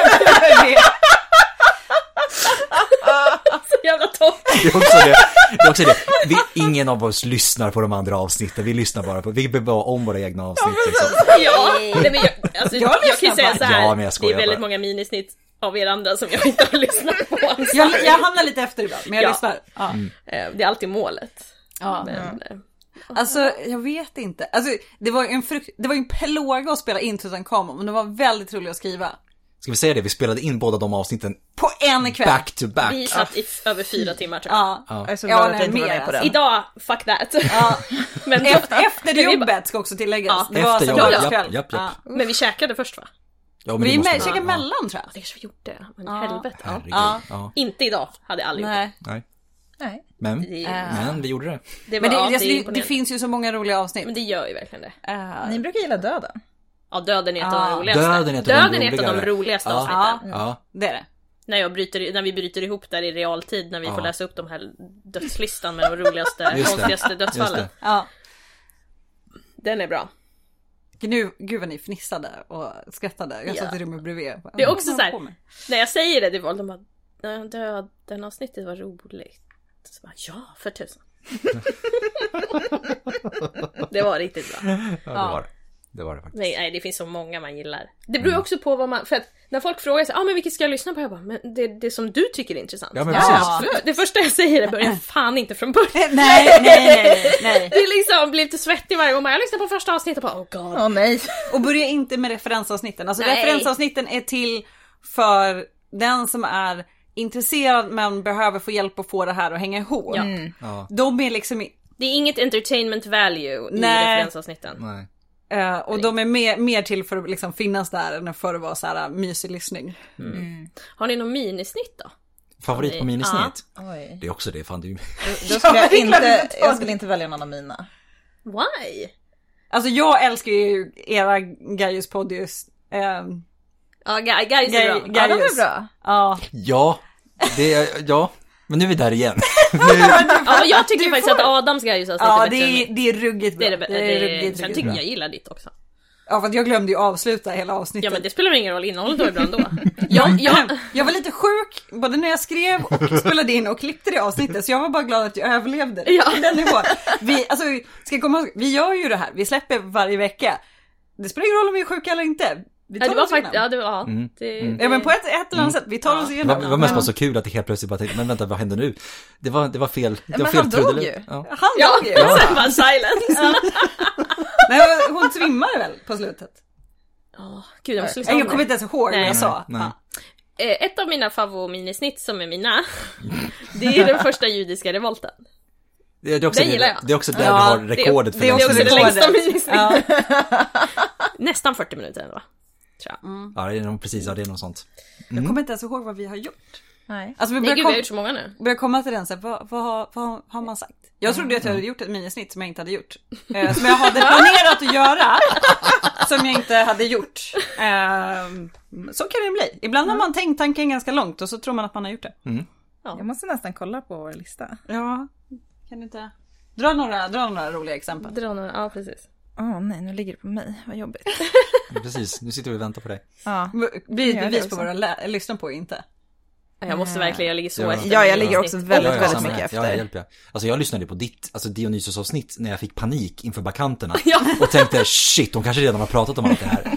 Så jävla topp. Det är också det. Ingen av oss lyssnar på de andra avsnitten. Vi lyssnar bara på, vi behöver bara om våra egna avsnitt. Liksom. Ja, nej, men jag kan ju säga så här. Ja, men jag skojar det är väldigt bara. många minisnitt av er andra som jag inte har lyssnat på. Jag hamnar lite efter ibland, men jag Ja. lyssnar. Ja. Det är alltid målet. Ja. Men, Alltså, jag vet inte. Alltså, det var ju en plåga att spela in Tutankhamon, men det var väldigt roligt att skriva. Ska vi säga det? Vi spelade in båda de avsnitten På en kväll. back to back. vi satt i över 4 timmar tror jag. Ja. Jag är så Ja, glad att nej, jag inte var mer med på den. Idag, fuck that. Ja. Men, Efter vi jobbet ska också tilläggas. Ja. Det var Efter så jobbet, lördagskväll. japp. Ja. men vi käkade först va? Ja, men Vi det måste käkade man- mellan tror jag. Det kanske vi gjorde. Men Ja. helvete. Ja. Herregud. Ja. Ja. Inte idag, hade jag aldrig gjort Nej. Nej. Nej. Men vi gjorde det. det. Men Var, det, ja, det, är det imponerande. finns ju så många roliga avsnitt. Men det gör ju verkligen det. Ni brukar gilla döden. Ja, döden är ett av Ja. de roligaste. Döden är ett av de de roligaste Ja. avsnitten. Ja. Det är det. När vi bryter ihop där i realtid, när vi Ja. får läsa upp de här dödslistan med de roligaste, Just det. konstigaste Just dödsfallen. det. Ja. Den är bra. Gud vad ni fnissade och skrattade. Jag Ja. satt i rummet bredvid. Det är också så här, när jag säger det till folk, de bara, döden avsnittet var roligt. Så bara, ja, för tusan. Det var riktigt bra. Ja, det var det faktiskt. Nej, det finns så många man gillar. Det beror också på vad man... För att när folk frågar sig, men vilket ska jag lyssna på? Jag bara, men det som du tycker är intressant. Ja, men Ja. precis. Det första jag säger är, börjar fan inte från början. Nej. Det är liksom, blir lite svettig varje gång. Jag lyssnar på första avsnittet och bara, oh god. Åh nej. Och börja inte med referensavsnitten. Alltså Nej. referensavsnitten är till för den som är intresserad men behöver få hjälp att få det här att hänga ihop. Ja. Ja. De är liksom... Det är inget entertainment value i Nej. referensavsnitten. Nej. och de är mer till för att liksom finnas där än för att vara så här mysig lyssning. Har ni någon minisnitt då? Favorit på minisnitt? Oj. Det är också det, fan du. Då skulle jag skulle inte välja någon av mina. Why? Alltså jag älskar ju era Gaius Podius. Ja, guys är bra. Ja, de är bra. Ja. Ja, men nu är vi där igen. Ja, jag tycker faktiskt att Adams Gaius avsnitt Ja, är bättre än mitt. det är ruggigt bra. Det är ruggigt. Sen tycker bra. jag gillar ditt också. Ja, för att jag glömde ju avsluta hela avsnittet. Ja, men det spelar ingen roll, innehållet då ibland då. Jag var lite sjuk, både när jag skrev och spelade in och klippte det avsnittet, så jag var bara glad att jag överlevde. Ja. Den nivån. Vi gör ju det här, vi släpper varje vecka. Det spelar ingen roll om vi är sjuka eller inte. Vi tar det var oss faktiskt, igenom. det var, Ja, men på ett eller annat sätt, vi tar oss igenom. Det var mest bara så kul att det helt plötsligt bara tänkte, men vänta, vad händer nu? Det var fel. Det var Men fel han dog trudelutt. ju. Ja. Han dog ju. Sen var silence. Nej, hon svimmade väl på slutet? Gud, jag måste lyssna om Jag kommer det. inte ens ihåg vad jag sa. Nej. Ett av mina favoritisnitt som är mina, det är den första judiska revolten. Det är också Det gillar jag. Det är också där vi har rekordet för det är Det är också det längsta minisnittet. Ja. Nästan 40 minuter ändå, tror jag. Ja, det är nog precis, det är något sånt. Jag kommer inte ens ihåg vad vi har gjort. Nej. Alltså vi Nej, gud, jag har börjar gjort så många nu. komma till den så här, vad har man sagt? Jag trodde att jag hade gjort ett minisnitt som jag inte hade gjort. Som jag hade planerat att göra. Som jag inte hade gjort. Så kan det bli. Ibland har man tänkt tanken ganska långt och så tror man att man har gjort det. Jag måste nästan kolla på vår lista. Ja, kan du inte... Dra några roliga exempel. Ja, precis. Nej, nu ligger det på mig. Vad jobbigt. Precis, nu sitter vi och väntar på dig. Ja. Blir Ja, det det bevis också. på våra lyssna på inte? Jag måste verkligen, jag ligger så Ja. efter. Ja, jag ligger också väldigt, väldigt samma mycket här. efter. Ja, jag hjälper jag. Alltså jag lyssnade på ditt Dionysos-avsnitt när jag fick panik inför bakanterna. Ja. Och tänkte, shit, de kanske redan har pratat om allt det här.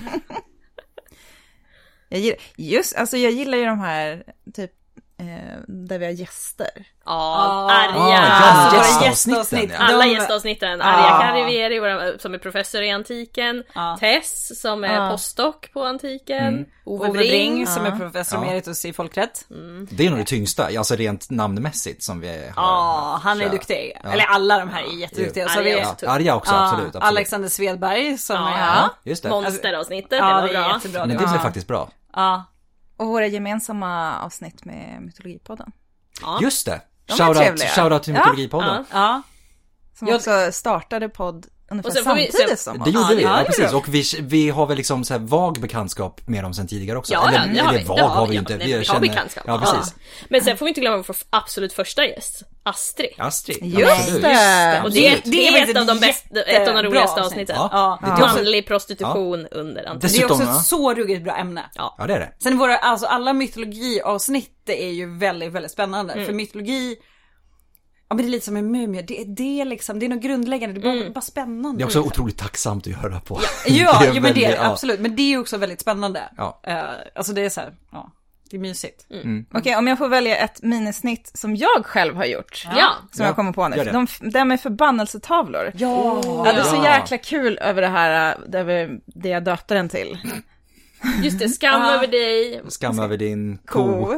Jag gillar ju de här typ där vi har gäster. Ja, Ja, Arja. gästavsnitten. Ja. Alla gästavsnitten. Arja Kariveri, som är professor i antiken. Ja. Tess, som är postdoc på antiken. Ove Ove Bring. Bring som är professor emeritus i folkrätt. Det är nog det tyngsta, alltså rent namnmässigt som vi har. Ja, han är kört. duktig. Eller alla de här är jätteduktiga. Så Arja vi, också. Arja också, absolut. Alexander Svedberg som är... Ja. Just det. Monsteravsnittet, Ja, det var det är bra. jättebra. Men det blev faktiskt bra. Ja. Och våra gemensamma avsnitt med Mytologipodden. Ja. Just det. De är trevliga. Shoutout till Mytologipodden. Ja. Som också startade podd ungefär Och sen får vi- samtidigt som Det oss. gjorde vi, det ja, gjorde precis. vi. Och vi har väl liksom så här vag bekantskap med dem sen tidigare också. Ja, eller det har vi. vag Det har vi ja, inte. nej, vi har bekantskap. Ja, precis. Men sen får vi inte glömma vår absolut första gäst, Astrid. Astrid. Just absolut. det. Och det Det är är faktiskt ett av de ett av de roligaste avsnitt. avsnitten. Ja. Ja. Det är också, Manlig prostitution under antiken. det är Dessutom, också ja. ett så ruggigt bra ämne. Ja, det är det. Sen alltså alla mytologiavsnitt det är ju väldigt, väldigt spännande. För mytologi, ja men det är lite som en mumie. Det är liksom, det är något grundläggande. Det är bara spännande. Det är också otroligt tacksamt att göra på. Ja, Det är men det är väldigt- det, absolut. Men det är ju också väldigt spännande. Ja. Alltså det är så här, ja, det är mysigt. Okej, om jag får välja ett minisnitt som jag själv har gjort. Ja. Som jag kommer på nu. Gör det. De med förbannelsetavlor. Ja. Jag hade så jäkla kul över det här, det jag döpte den till. Just det, skam över dig. Skam över din ko.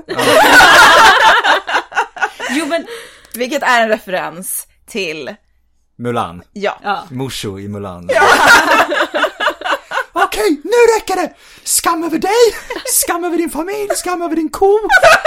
Jo men, Vilket är en referens till, Mulan. ja. Mushu i Mulan. Okej, nu räcker det! Skam över dig! Skam över din familj! Skam över din ko!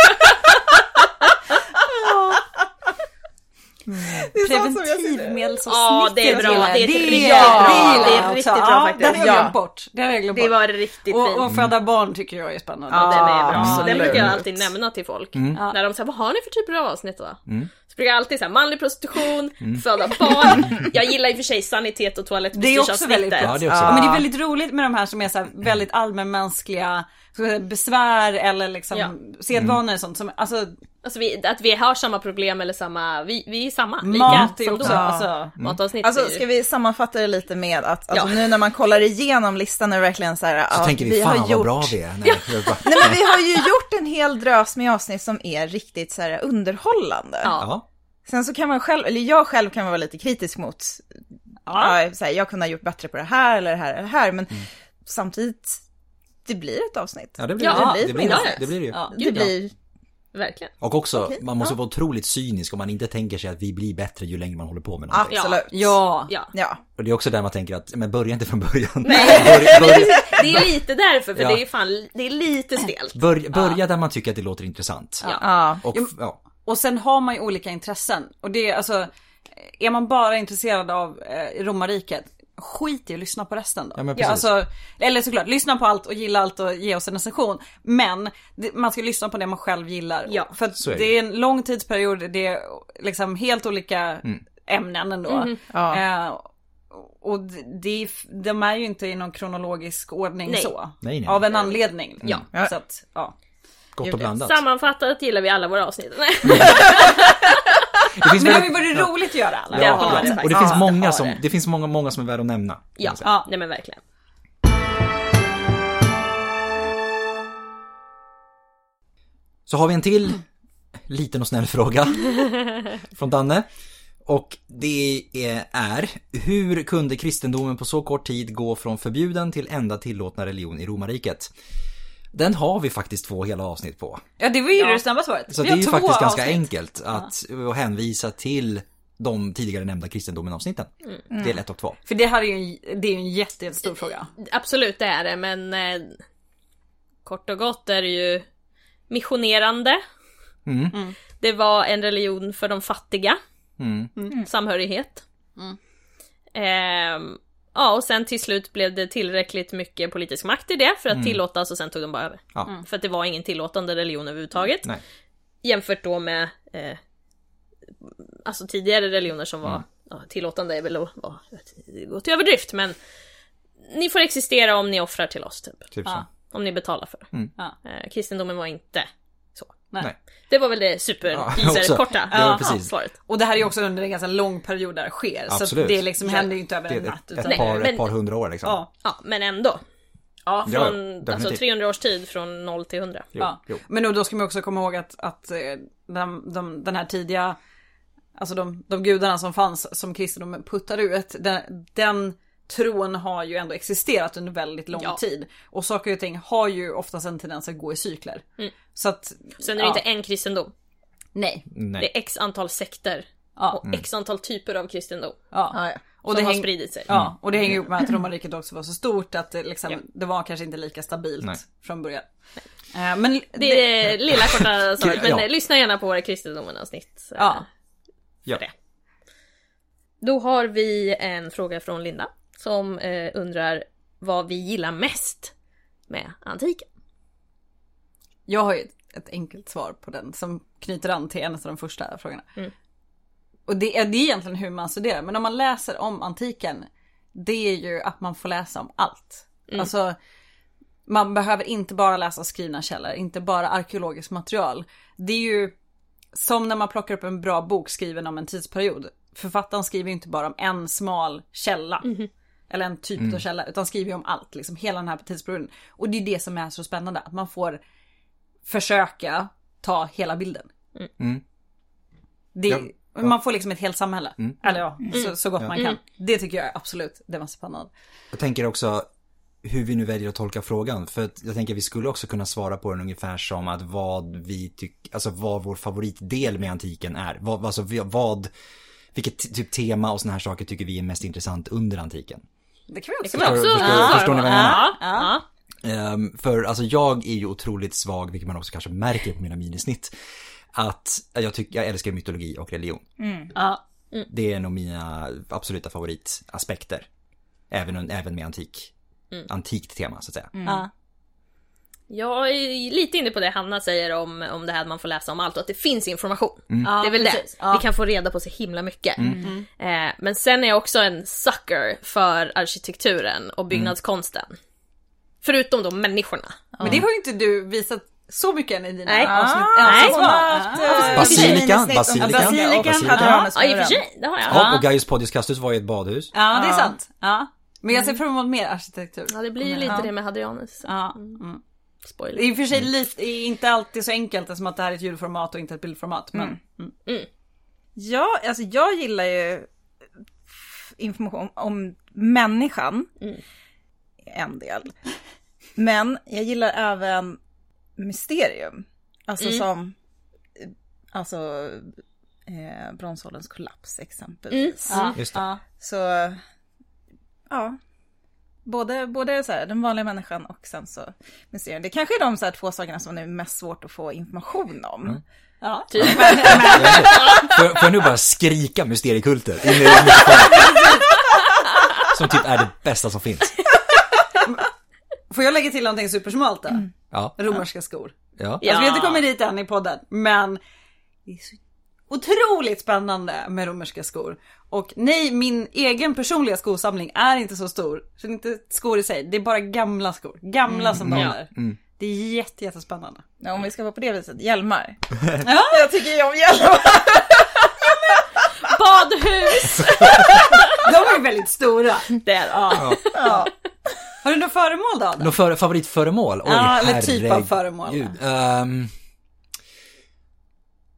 preventivmedelsavsnittet. Ja, det är bra. Det är riktigt bra Det faktiskt. har jag glömt bort. Det har jag glömt Det bort. var riktigt fint. Och föda barn tycker jag är spännande. Ja, den är bra. absolut. Den brukar jag alltid nämna till folk. När de säger, vad har ni för typer av avsnitt då? Så brukar jag alltid säga manlig prostitution, föda barn. Jag gillar i och för sig sanitet och Det är också väldigt toalettbestyrsavsnittet. bra. Ja, det är också Ja, bra. men det är väldigt roligt med de här som är så här väldigt allmänmänskliga besvär eller liksom sedvanor och sånt som, alltså Alltså att vi har samma problem eller samma, vi är samma. mat är som också, då. alltså, Matavsnitt Alltså är ju- ska vi sammanfatta det lite med att alltså, Ja. nu när man kollar igenom listan är det verkligen så här, Så tänker vi, fan vad bra vi är. Nej, Nej men vi har ju gjort en hel drös med avsnitt som är riktigt så här underhållande. Ja. Sen så kan man själv, eller jag själv kan vara lite kritisk mot, ja, så här, jag kunde ha gjort bättre på det här eller det här eller det här, men samtidigt, det blir ett avsnitt. Ja, det blir Ja, det. Det blir ja, det. Det blir det ju. Ja, Det gud, ja. blir, Verkligen. Och också, man måste vara otroligt cynisk om man inte tänker sig att vi blir bättre ju längre man håller på med någonting. absolut. ja. Ja. Och det är också där man tänker att, men börja inte från början. Nej, det är lite därför, för Ja. det är fan, det är lite stelt. Börja där man tycker att det låter intressant. Ja. Och, ja. Och sen har man ju olika intressen. Och det är alltså, är man bara intresserad av romarriket, skit i att lyssna på resten då. Ja, men precis. Alltså, eller såklart, lyssna på allt och gilla allt och ge oss en recension. Men man ska lyssna på det man själv gillar. Ja, för att så är det. det är en lång tidsperiod, det är liksom helt olika ämnen ändå. Ja. Och de är ju inte i någon kronologisk ordning Nej. så. Nej. Av en anledning. Ja. Så att, ja. Gott och blandat. Sammanfattat gillar vi alla våra avsnitt. Nej. Det finns Men det har väldigt- ju varit roligt att göra alla. Ja, har det och faktiskt. det finns Ja, många har som, det. det finns många som är värda att nämna. Ja, Ja. nej men verkligen. Så har vi en till liten och snäll fråga från Danne. Och det är, hur kunde kristendomen på så kort tid gå från förbjuden till enda tillåtna religion i romarriket? Den har vi faktiskt 2 hela avsnitt på. Ja, det var ju det snabba svaret. Så det är ju faktiskt ganska enkelt att hänvisa till de tidigare nämnda kristendomen-avsnitten. Del 1 och 2. För det här är ju en jättestor fråga. Absolut, det är det, men kort och gott är det ju missionerande. Det var en religion för de fattiga. Samhörighet. Ja, och sen till slut blev det tillräckligt mycket politisk makt i det för att tillåtas, och sen tog de bara över. För att det var ingen tillåtande religion överhuvudtaget. Nej. Jämfört då med alltså tidigare religioner som var tillåtande är väl att gå till överdrift, men ni får existera om ni offrar till oss typ så. Om ni betalar för det. Kristendomen var inte så. Nej. Det var väl det korta svaret. Och det här är ju också under en ganska lång period där det sker. Absolut. Så det liksom händer ju inte över en natt. Ett par hundra år liksom. Ja, men ändå. Ja, från alltså 300 års tid från 0 till 100. Jo. Men då ska man också komma ihåg att den här tidiga, alltså de gudarna som fanns som kristendomen puttade ut, den tron har ju ändå existerat under väldigt lång tid. Och saker och ting har ju oftast en tendens att gå i cykler. Så att, sen är det inte en kristendom. Nej. Det är x antal sekter och x antal typer av kristendom. Och det har spridit sig. Ja, och det hänger ihop med att romarriket också var så stort att det var kanske inte lika stabilt från början. Men det är lilla korta svaret, men lyssna gärna på våra kristendomen-avsnitt. Det. Då har vi en fråga från Linda som undrar vad vi gillar mest med antiken. Jag har ju ett enkelt svar på den som knyter an till en av de första frågorna. Och det är egentligen hur man studerar. Men om man läser om antiken, det är ju att man får läsa om allt. Alltså, man behöver inte bara läsa skrivna källor, inte bara arkeologiskt material. Det är ju som när man plockar upp en bra bok skriven om en tidsperiod. Författaren skriver ju inte bara om en smal källa. Eller en typ av källa, utan skriver ju om allt, liksom hela den här tidsperioden. Och det är det som är så spännande, att man får försöka ta hela bilden. Man får liksom ett helt samhälle. Eller så gott man kan. Det tycker jag är absolut det mest spännande. Jag tänker också hur vi nu väljer att tolka frågan. För att jag tänker att vi skulle också kunna svara på den ungefär som att vad vi tycker, alltså vad vår favoritdel med antiken är. Vilket typ tema och såna här saker tycker vi är mest intressant under antiken. Det kan vi också. Förstår ni vad jag menar? För alltså jag är ju otroligt svag, vilket man också kanske märker på mina minisnitt, att jag älskar mytologi och religion. Det är nog mina absoluta favoritaspekter. Även med antikt tema så att säga. Jag är lite inne på det Hanna säger om det här att man får läsa om allt och att det finns information. Det är väl det. Vi kan få reda på så himla mycket. Men sen är jag också en sucker för arkitekturen och byggnadskonsten. Förutom de människorna. Men det har ju inte du visat så mycket än i dina avsnitt. Basilikan. Ja, i och för sig, det har jag. Och Gaius Podius Castus var ju ett badhus. Ja, det är sant. Men jag ser fram emot mer arkitektur. Ja, det blir ju lite det med Hadrianus. Spoiler. Det är i och för sig lite, inte alltid så enkelt som att det här är ett ljudformat och inte ett bildformat. Men, Ja, alltså jag gillar ju information om människan. En del. Men jag gillar även mysterium. Alltså som bronsålderns kollaps exempelvis. Just det. Så både så här, den vanliga människan och sen så mysterium. Det kanske är de så här 2 sakerna som är mest svårt att få information om. Ja, typ. Får jag nu bara skrika mysteriekulter som typ är det bästa som finns. Får jag lägga till någonting supersmalt då? Ja. Romerska skor. Ja. Alltså, vi har inte kommit dit än i podden, men det är så otroligt spännande med romerska skor. Och nej, min egen personliga skosamling är inte så stor. Så det är inte skor i sig, det är bara gamla skor. Gamla som håller. Det är jättespännande. Ja, om vi ska vara på det viset, hjälmar. Jag tycker ju om hjälmar. Badhus! De är ju väldigt stora. Det är Har du något föremål då? Något favoritföremål? Oj, eller typ av föremål.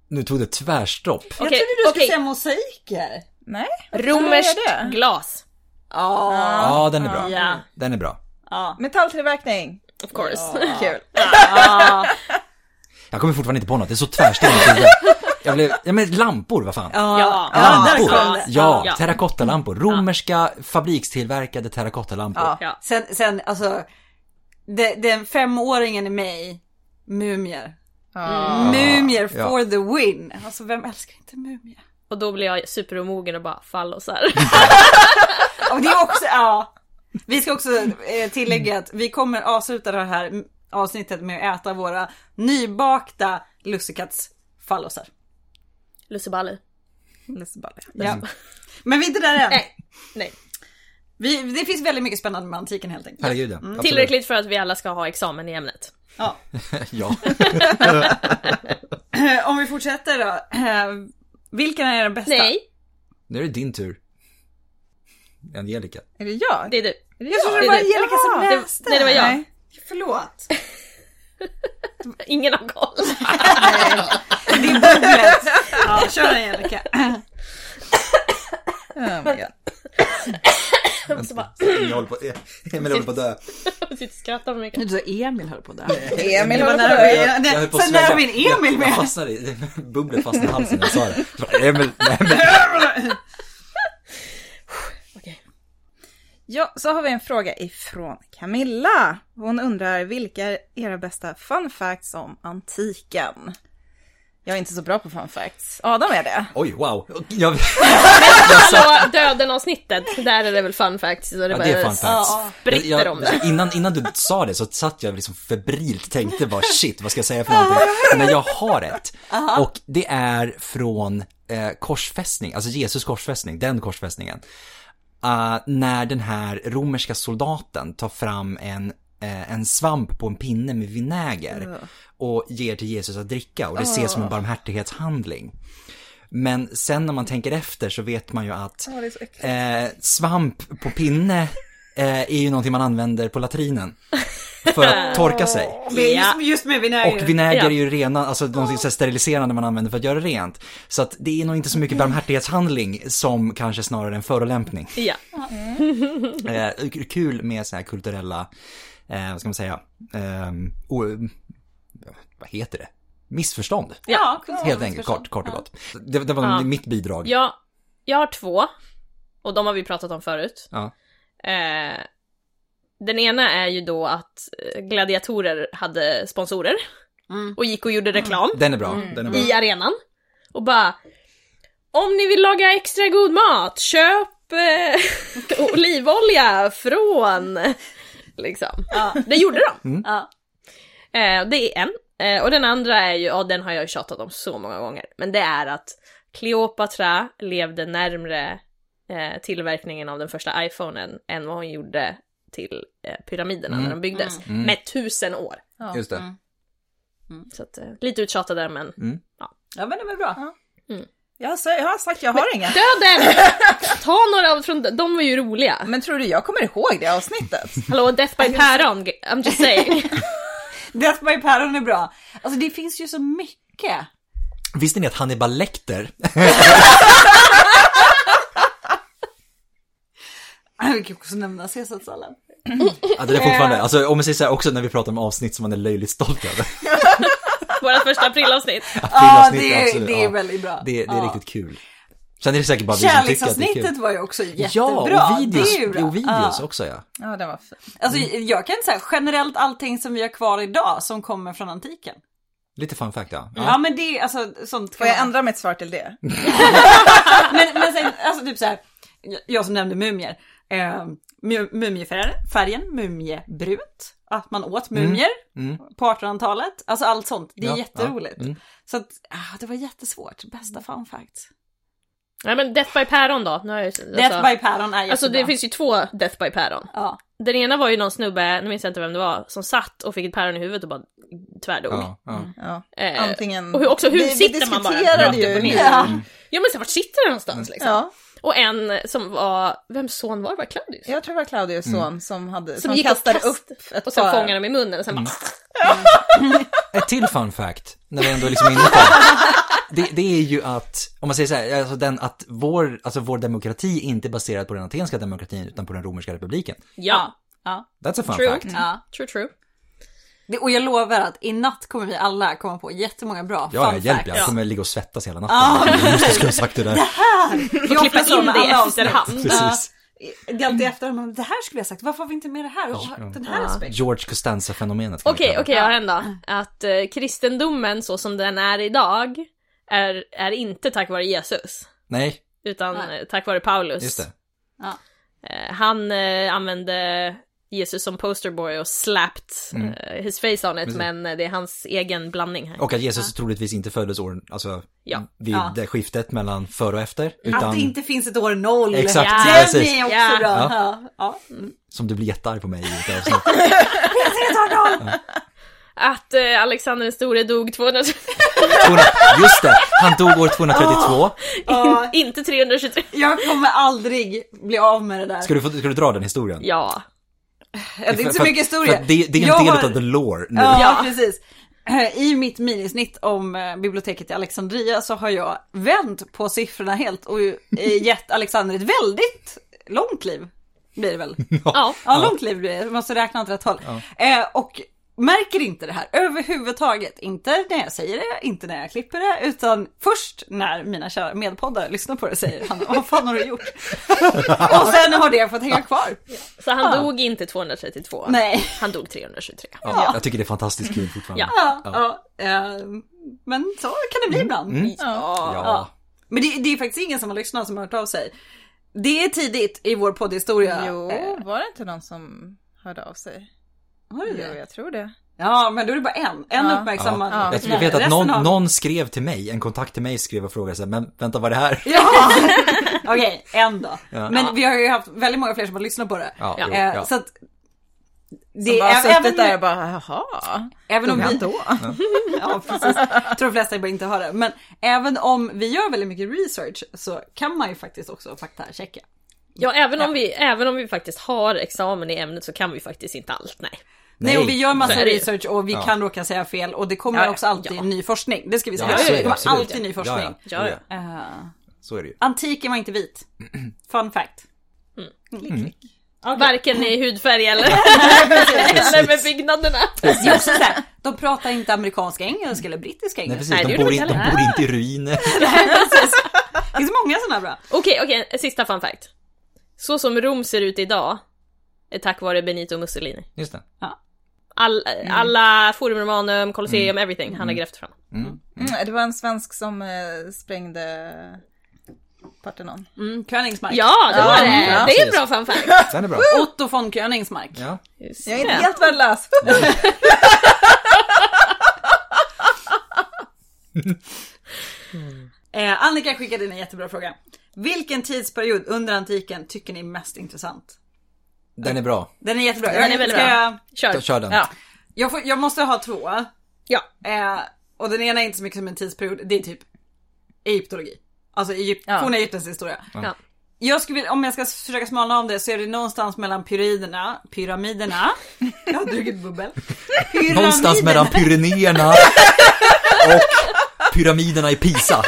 Nu tog det tvärstopp. Jag trodde du skulle säga mosaiker. Nej. Romerskt glas. Ja, den är bra. Ja. Den är bra. Metalltillverkning. Of course. Kul. Jag kommer fortfarande inte på något. Det är så tvärsteg. Men lampor, vad fan. Ja. Terrakotalampor. Romerska fabrikstillverkade terrakotalampor. Ja. Sen alltså, den 5-åringen i mig, mumier. Mumier for the win. Alltså, vem älskar inte mumier? Och då blir jag superomogen och bara fallosar. Och det är också, vi ska också tillägga att vi kommer avsluta det här avsnittet med att äta våra nybakta lussekatsfallosar. Lusseballe. Ja. Men vi är inte där än. Nej. Det finns väldigt mycket spännande med antiken helt enkelt. Herregud, ja. Tillräckligt för att vi alla ska ha examen i ämnet. Ja. Ja. Om vi fortsätter då. Vilken är den bästa? Nej, Nu är det din tur. Angelica. Är det jag? det är du. Jag trodde det var Angelica som läste. Nej, det var jag. Nej. Förlåt. Ingen har koll. Det är bubblet. Ja, kör Angelica. Oh my God. Emil håller på att dö. Jag sitter och skrattar för mycket. Du sa Emil höll på där. Emil var håller på nära. att dö. Sen när min Emil med. Jag fastnade i bubblet fast i halsen när jag sa det. Emil. Okej. Ja, så har vi en fråga ifrån Camilla. Hon undrar vilka är era bästa fun facts om antiken? Jag är inte så bra på fun facts. Adam är det. Oj, wow. Hallå, döden-avsnittet. Där är det väl fun facts. Så det Ja, det är fun facts. spritter om det. Innan du sa det så satt jag liksom febrilt tänkte bara shit, vad ska jag säga för någonting? Men jag har rätt. Och det är från korsfästning, alltså Jesus korsfästning, den korsfästningen. När den här romerska soldaten tar fram en svamp på en pinne med vinäger och ger till Jesus att dricka, och det ses som en barmhärtighetshandling. Men sen när man tänker efter så vet man ju att svamp på pinne är ju någonting man använder på latrinen för att torka sig. Just med vinäger. Och vinäger är ju rena, alltså någonting så steriliserande man använder för att göra rent. Så att det är nog inte så mycket barmhärtighetshandling som kanske snarare en förolämpning. Ja. Kul med så här kulturella, vad ska man säga, vad heter det? Missförstånd. Ja, helt enkelt, kort och gott. Det var mitt bidrag. Ja, jag har 2. Och de har vi pratat om förut. Ja. Den ena är ju då att gladiatorer hade sponsorer. Och gick och gjorde reklam. Den är bra. I arenan. Och bara, om ni vill laga extra god mat, köp olivolja från... Liksom. Det gjorde de. Det är en. Och den andra är ju, den har jag ju tjatat om så många gånger. Men det är att Kleopatra levde närmre tillverkningen av den första iPhonen än vad hon gjorde till pyramiderna när de byggdes. Med 1000 år. Just det. Så att, lite uttjatad där, men Ja, men det var bra. Jag har sagt jag har inga. Döden! Ta några av från, de var ju roliga. Men tror du jag kommer ihåg det avsnittet? Hallå, Death by Päron, I'm just saying. Death by Päron är bra. Alltså det finns ju så mycket. Visste ni att Hannibal Lecter Vi kan också nämna Caesarsalen. Ja, det är fortfarande, alltså om man säger så här, också när vi pratar om avsnitt som man är löjligt stolt över. Våra första aprilavsnitt. Det är väldigt bra. Det är riktigt kul. Sen är det säkert bara vi som tycker att det är kul. Kärleksavsnittet var ju också jättebra. Ja, och videos, det är ju bra. Och videos också, ja. Ja, det var fint. Alltså jag kan säga generellt allting som vi har kvar idag som kommer från antiken. Lite fun fact, ja. Ja, men det är alltså sånt. Får jag ändra mitt svar till det? men sen, alltså typ så här, jag som nämnde mumier. Mumiefärgen, mumiebrunt. Att man åt mumier på 1800-talet. Alltså allt sånt. Det är jätteroligt. Så att, det var jättesvårt. Bästa fun facts. Nej, men Death by Päron då. Death by Päron är jättebra. Alltså det finns ju 2 Death by Päron. Ja. Den ena var ju någon snubbe, nu minns jag inte vem det var, som satt och fick ett päron i huvudet och bara tvärdog. Ja. Antingen... Och hur sitter man bara? Ja, men så vart sitter det någonstans liksom? Ja. Och en som var, vems son var det? Var Claudius? Jag tror det var Claudius son som gick kastade upp ett och sen fångade dem i munnen och sen bara... Ett till fun fact, när vi ändå är liksom inne på det är ju att, om man säger så här, att vår demokrati inte är baserad på den atenska demokratin utan på den romerska republiken. Ja. That's a fun True. fact. Ja. True. Och jag lovar att i natt kommer vi alla komma på jättemånga bra Ja, fun hjälp, facts. jag kommer ligga och svettas hela natten. Jag skulle ha sagt det där. Jag Klippa in det i efterhand. Precis. Alltid efterhand, det här skulle jag sagt, varför har vi inte med det här? Den här aspekten. George Costanza-fenomenet. Okej, jag har en då. Att kristendomen så som den är idag är inte tack vare Jesus. Nej, Utan tack vare Paulus. just det. Ja. Han använde Jesus som posterboy och slapped his face on it, men det är hans egen blandning här. Och att Jesus troligtvis inte föddes vid det skiftet mellan före och efter. Utan, Att det inte finns ett år 0. Exakt, Den precis. är också Ja. bra. Ja. Som du blir jättearg på mig i ett avsnitt. Att Alexander den store dog 200... Just det, han dog år 232. inte 323. Jag kommer aldrig bli av med det där. Ska du dra den historien? Ja. Det är inte så mycket historia. För det är en del av the lore nu. Ja, precis. I mitt minisnitt om biblioteket i Alexandria så har jag vänt på siffrorna helt och gett Alexander ett väldigt långt liv. Blir det väl? Ja. Ja, långt liv blir det. Jag måste räkna åt rätt håll. Och märker inte det här överhuvudtaget. Inte när jag säger det, inte när jag klipper det, utan först när mina kära medpoddare lyssnar på det säger han, vad fan har du gjort? Och sen har det fått hänga kvar. Så han dog inte 232. Nej. Han dog 323. Ja, jag tycker det är fantastiskt kul fortfarande. Men så kan det bli ibland. Ja. Men det är faktiskt ingen som har lyssnat som har hört av sig. Det är tidigt i vår poddhistoria. Jo, var det inte någon som hörde av sig? Har du det? Jo, jag tror det. Ja, men då är det bara en uppmärksammad. Jag vet att någon skrev till mig, en kontakt till mig skrev och frågade sig, men vänta, vad är det här? Ja, okej, en då. Ja. Men vi har ju haft väldigt många fler som har lyssnat på det. Ja. Så att Det är suttit där och bara, jaha, även om vi då? Ja, precis. Jag tror de flesta bara inte har det. Men även om vi gör väldigt mycket research så kan man ju faktiskt också faktachecka. Ja, även om vi faktiskt har examen i ämnet så kan vi faktiskt inte allt, Nej, och vi gör Så massa är det ju. research och vi kan råka säga fel. Och det kommer också alltid ny forskning. Det ska vi säga. så är det, Det kommer absolut. alltid ny forskning. Ja. Ja. Så är det ju. Antiken var inte vit. Fun fact. Varken i hudfärg eller med byggnaderna. Just så här, de pratar inte amerikanska engelska eller brittiska Nej, engelska. precis. Nej, De det gjorde de bor inte i ruiner. Det finns många sådana bra. Okej, sista fun fact. Så som Rom ser ut idag är tack vare Benito Mussolini. Just det. Alla Forum Romanum, Colosseum, everything. Han har grävt fram. Det var en svensk som sprängde Parthenon. Königsmark. Ja, det var det. Ja, Det är en precis. bra fun fact. Den är bra. Otto von Königsmark. Ja. Just Jag är inte det. helt värdelös. Annika skickade in en jättebra fråga. Vilken tidsperiod under antiken tycker ni är mest intressant? Den är bra. Den är jättebra. Den är väldigt bra. Kör. Kör den. Ja. Jag måste ha 2. Ja. Och den ena är inte så mycket som en tidsperiod. Det är typ Egyptologi. Alltså forna Egyptens historia. Ja. Jag skulle vilja, om jag ska försöka smalna om det, så är det någonstans mellan pyramiderna. Jag har druckit bubbel. Någonstans mellan Pyrenéerna och pyramiderna i Pisa.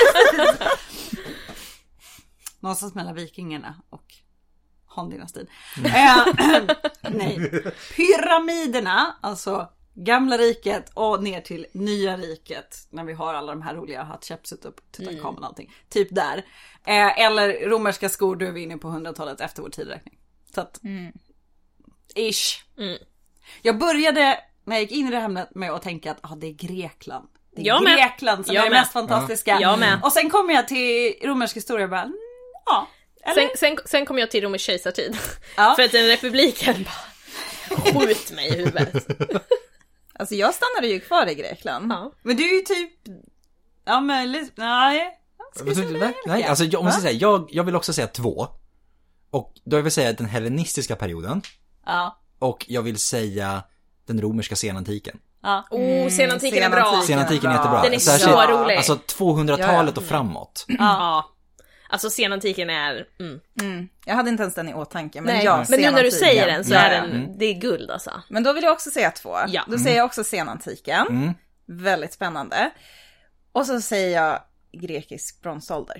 Någonstans mellan vikingarna och Han-dynastin. Nej. Pyramiderna, alltså gamla riket och ner till nya riket. När vi har alla de här roliga Hatshepsut upp, Tutankhamun och allting. Typ där. Eller romerska skor, då är vi inne på 100-talet efter vår tidräkning. Så att, ish. Jag började, när jag gick in i det här ämnet, med att tänka att det är Grekland. Det är Jag med. Grekland som är det mest fantastiska. Jag med. Och sen kom jag till romersk historia och bara, ja. Eller? Sen kom jag till romersk kejsartid. Ja. För att den republiken bara skjut mig i huvudet. Alltså jag stannade ju kvar i Grekland. Ja. Men du är ju typ, ja möjligt, nej. Nej, alltså om jag ska säga, jag vill också säga 2. Och då vill jag säga den hellenistiska perioden. Ja. Och jag vill säga den romerska senantiken. Ja. Senantiken är bra. Senantiken är jättebra. Den är Särskilt, så rolig. Alltså 200-talet och framåt. Ja. Alltså senantiken är... Jag hade inte ens den i åtanke. Men, Nej, ja, men nu när du senantiken. säger den så är den... Det är guld alltså. Men då vill jag också säga 2. Ja. Då säger jag också senantiken. Väldigt spännande. Och så säger jag grekisk bronsålder.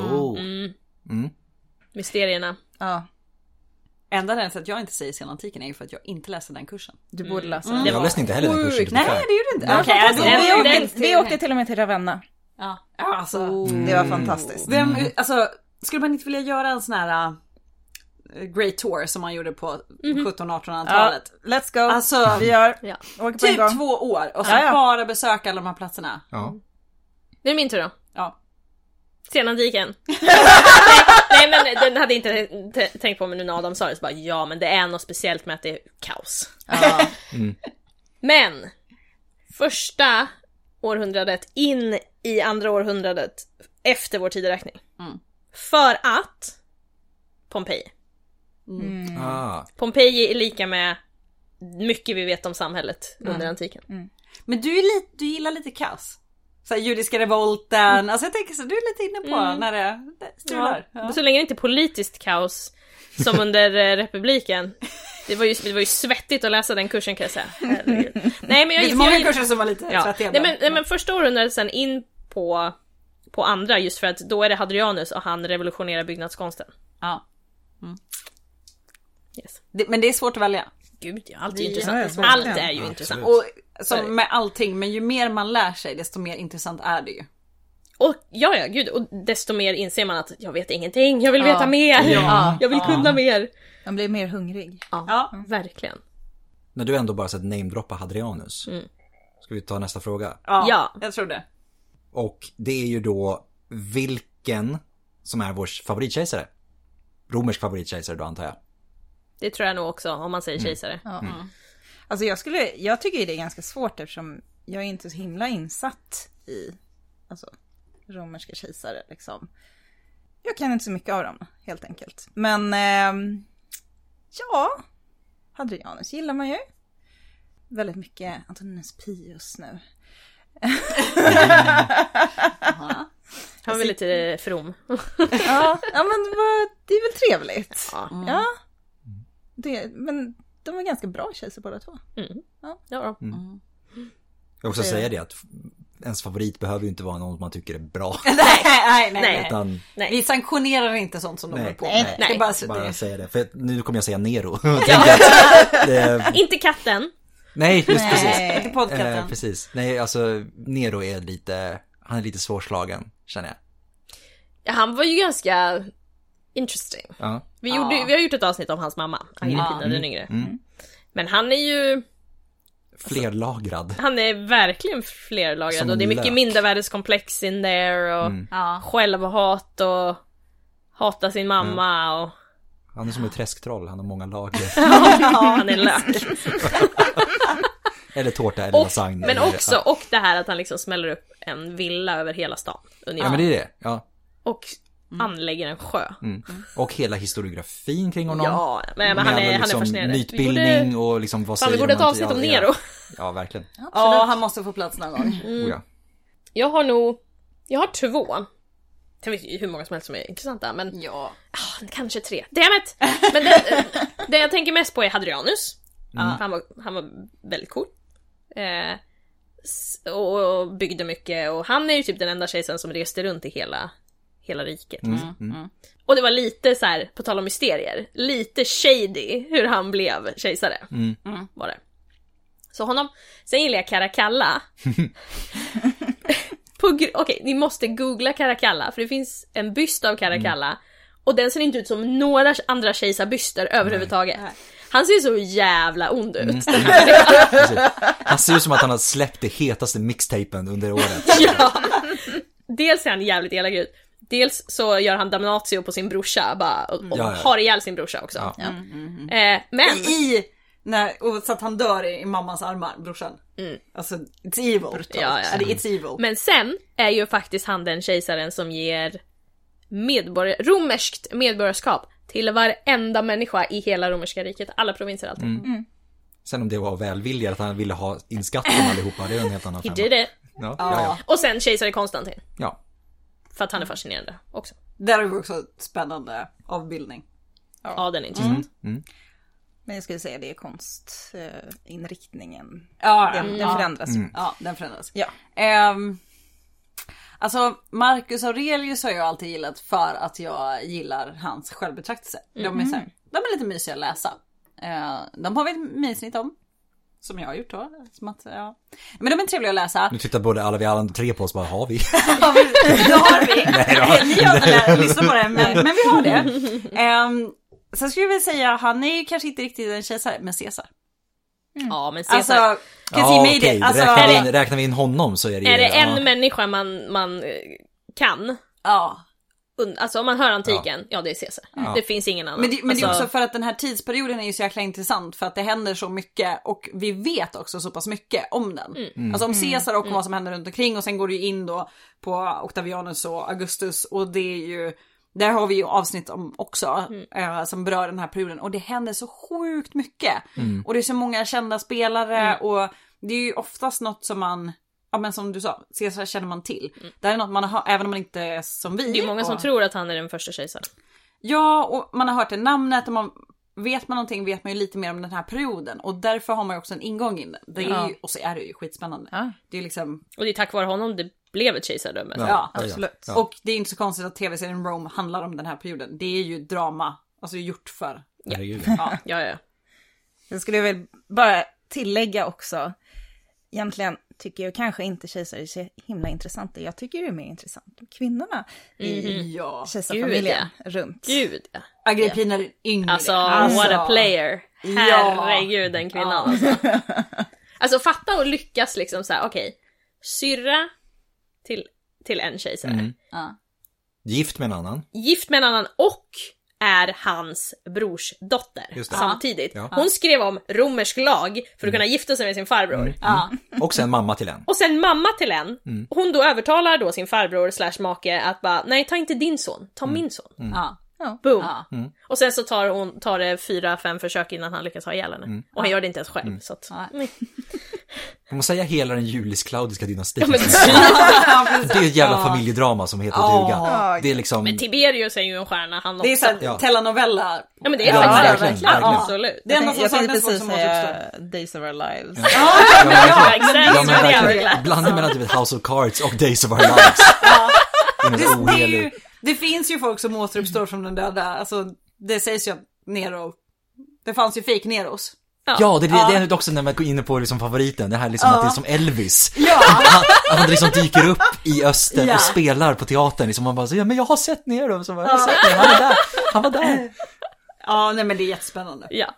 Mysterierna. Ja, Enda den för att jag inte säger senantiken är ju för att jag inte läste den kursen. du borde läsa den. Jag läste inte heller den kursen. Nej, det gjorde inte. Ja, Okej, fantastiskt. Vi åkte till och med till Ravenna. Ja, alltså. Det var fantastiskt. Alltså, skulle man inte vilja göra en sån här Great Tour som man gjorde på 1700-1800-talet? Ja, let's go. Alltså, Åker på en typ gång. 2 år och så bara besöka alla de här platserna. Ja. Det är min tur då. Ja. Senantiken. nej, men den hade inte tänkt på, men nu när Adam sa det så bara, ja, men det är något speciellt med att det är kaos. Ja. Men första århundradet in i andra århundradet efter vår tideräkning. För att Pompeji. Pompeji är lika med mycket vi vet om samhället under antiken. Men du gillar lite kaos. Så här, judiska revolten. Alltså jag tänker så, du är lite inne på när det strular. Ja. Så länge det inte är politiskt kaos som under republiken. Det var ju svettigt att läsa den kursen, kan jag säga. Herregud. Nej, men det är många kurser som var lite svettiga. Nej, men första århundradet sen in på andra, just för att då är det Hadrianus och han revolutionerar byggnadskonsten. Ja. Yes. Men det är svårt att välja. Gud, ja, allt är ju intressant. svårt. Allt är ju intressant. Och som med allting, men ju mer man lär sig desto mer intressant är det ju. Och ja, gud, och desto mer inser man att jag vet ingenting, jag vill veta mer. Ja. Jag vill kunna mer. Man blir mer hungrig. Ja, verkligen. När du ändå bara sett namedroppa Hadrianus. Ska vi ta nästa fråga? Ja, jag tror det. Och det är ju då vilken som är vår favoritkejsare? Romersk favoritkejsare då, antar jag. det tror jag nog också, om man säger kejsare. Alltså jag tycker det är ganska svårt eftersom jag är inte så himla insatt i romerska kejsare liksom. Jag kan inte så mycket av dem, helt enkelt. Men Hadrianus gillar man ju. Väldigt mycket Antoninus Pius nu. Han var väl lite from. ja, men det är väl trevligt. Ja. Men de var ganska bra kejsare båda två. Jag vill också säga det att ens favorit behöver ju inte vara någon man tycker är bra. Nej. Utan, Vi sanktionerar inte sånt som de håller på med. Nej. bara säga det. För nu kommer jag säga Nero. Inte katten. Nej, just precis. Inte poddkatten. Precis. Nej, alltså Nero han är lite svårslagen, känner jag. Ja, han var ju ganska interesting. Ja. Vi har gjort ett avsnitt om hans mamma, Agrippina den yngre. Men han är ju flerlagrad. Han är verkligen flerlagrad Som och det är mycket lök. mindervärdeskomplex in there och självhat och hata sin mamma och Han är som ett träsktroll, han har många lager. han är lök. Eller tårta eller lasagne. Men också, och det här att han liksom smäller upp en villa över hela stan. Ungefär. Ja, men det är det. Ja. Och anlägger en sjö. Och hela historiografin kring honom. Ja, men han är fascinerande. Mytbildning och liksom vad säger vi borde ta avsnitt om Nero. Ja, verkligen. Ja, han måste få plats någon gång. Ja. Jag har 2. Jag vet ju hur många som helst som är intressanta, men kanske 3. Dammit! Men det jag tänker mest på är Hadrianus. Han var väldigt cool. Och byggde mycket. Och han är ju typ den enda kejsaren som reste runt i hela riket. Och det var lite så här, på tal om mysterier, lite shady hur han blev kejsare. Var det. Så honom. Sen gillar jag Caracalla. Okej, ni måste googla Caracalla, för det finns en byst av Caracalla och den ser inte ut som några andra kejsarbyster överhuvudtaget. Nej. Han ser så jävla ond ut. Han ser ut som att han har släppt det hetaste mixtapen under året. Ja. Dels ser han jävligt elak ut. Dels så gör han damnatio på sin brorsa bara, och har ihjäl sin brorsa också. Ja. Men och så att han dör i mammans armar, brorsan. Alltså, it's evil. Ja. It's evil. Men sen är ju faktiskt han den kejsaren som ger romerskt medborgarskap till varenda människa i hela romerska riket. Alla provinser, allting. Sen om det var välvilja att han ville ha in skatt från allihopa, det är en helt annan He femma. did it. Ja. Och sen kejsare Konstantin. Ja. För att han är fascinerande också. Där är det också spännande avbildning. Ja, den är intressant. Men jag skulle säga det är konstinriktningen. Ja, den förändras. Ja, den förändras. Ja. Alltså Marcus Aurelius har jag alltid gillat för att jag gillar hans självbetraktelse. De är lite mysiga att läsa. De har vi ett minisnitt om. Som jag har gjort då. Som att, ja. Men de är trevliga att läsa. Nu tittar både alla vi alla tre på oss bara, har vi? Det har vi. Ni har inte lyssnat på det, men vi har det. Så skulle jag vilja säga, han är ju kanske inte riktigt en kejsare, men Caesar. Ja, men Caesar... Alltså, okej. Alltså, räknar vi in honom så är det är det en människa man kan? Ja. Alltså om man hör antiken, ja det är Caesar. Det finns ingen annan. Men det är också för att den här tidsperioden är ju så jäkla intressant för att det händer så mycket och vi vet också så pass mycket om den. Alltså om Caesar och vad som händer runt omkring och sen går det ju in då på Octavianus och Augustus och det är ju, där har vi ju avsnitt om också som berör den här perioden och det händer så sjukt mycket. Och det är så många kända spelare och det är ju oftast något som man... Ja men som du sa, Caesar känner man till. Det är något man har, även om man inte är som vi. Det är många som tror att han är den första kejsaren. Ja, och man har hört det namnet och vet man någonting vet man ju lite mer om den här perioden. Och därför har man ju också en ingång in det. Är ju, och så är det ju skitspännande. Ja. Det är liksom... Och det är tack vare honom det blev ett kejsardöme. Ja, absolut. Ja. Och det är inte så konstigt att tv-serien Rome handlar om den här perioden. Det är ju drama, alltså gjort för... Ja. Jag skulle väl bara tillägga också. Egentligen tycker jag kanske inte kejsare är så himla intressant. Jag tycker det är mer intressant om kvinnorna i kejsarfamiljen runt. Gud, ja. Agrippina är yngre. Alltså, what a player. Herregud, den kvinnan. Alltså, fatta och lyckas liksom så här, okej. Syrra till en kejsare. Gift med en annan. Gift med en annan och är hans brors dotter samtidigt. Ja. Hon skrev om romersk lag för att kunna gifta sig med sin farbror. Och sen mamma till en. Och sen mamma till en. Hon då övertalar då sin farbror / make att bara, nej ta inte din son, ta min son. Boom. Och sen så tar det 4-5 försök innan han lyckas ha ihjäl henne. Och han gör det inte ens själv. Så att, Man måste säga hela den julisk-klaudiska dynastin. Det är ett jävla familjedrama som heter duga. Det är liksom... Men Tiberius är ju en stjärna han också. Det är såhär telenovella. Ja men det är faktiskt verkligen. Absolut. Det enda som jag tänkte saknas precis som säga Days of Our Lives. Blandning mellan typ House of Cards och Days of Our Lives. Det finns ju folk som återuppstår från den döda. Alltså, det sägs ju att Nero... Det fanns ju fake Neros. Ja, det är också när man går in på liksom favoriten. Det här liksom att det är som Elvis. Att han liksom dyker upp i öster och spelar på teatern. Liksom man bara säger, men jag har sett Nero. Så jag har sett det, han var där. Ja, nej men det är jättespännande. Ja.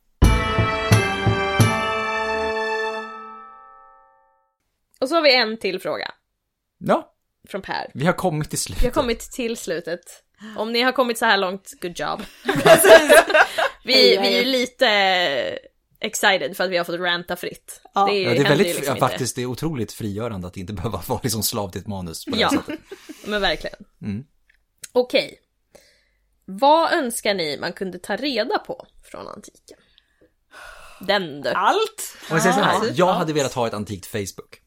Och så har vi en till fråga. Ja. Från Per. Vi har kommit till slutet. Vi har kommit till slutet. Om ni har kommit så här långt, good job. vi är ju lite excited för att vi har fått ranta fritt. Det är väldigt liksom faktiskt det är otroligt frigörande att inte behöva vara liksom slav till ett manus på det sättet. Men verkligen. Okej. Vad önskar ni man kunde ta reda på från antiken? Den då. Allt. Om jag säger så här, jag hade velat ha ett antikt Facebook.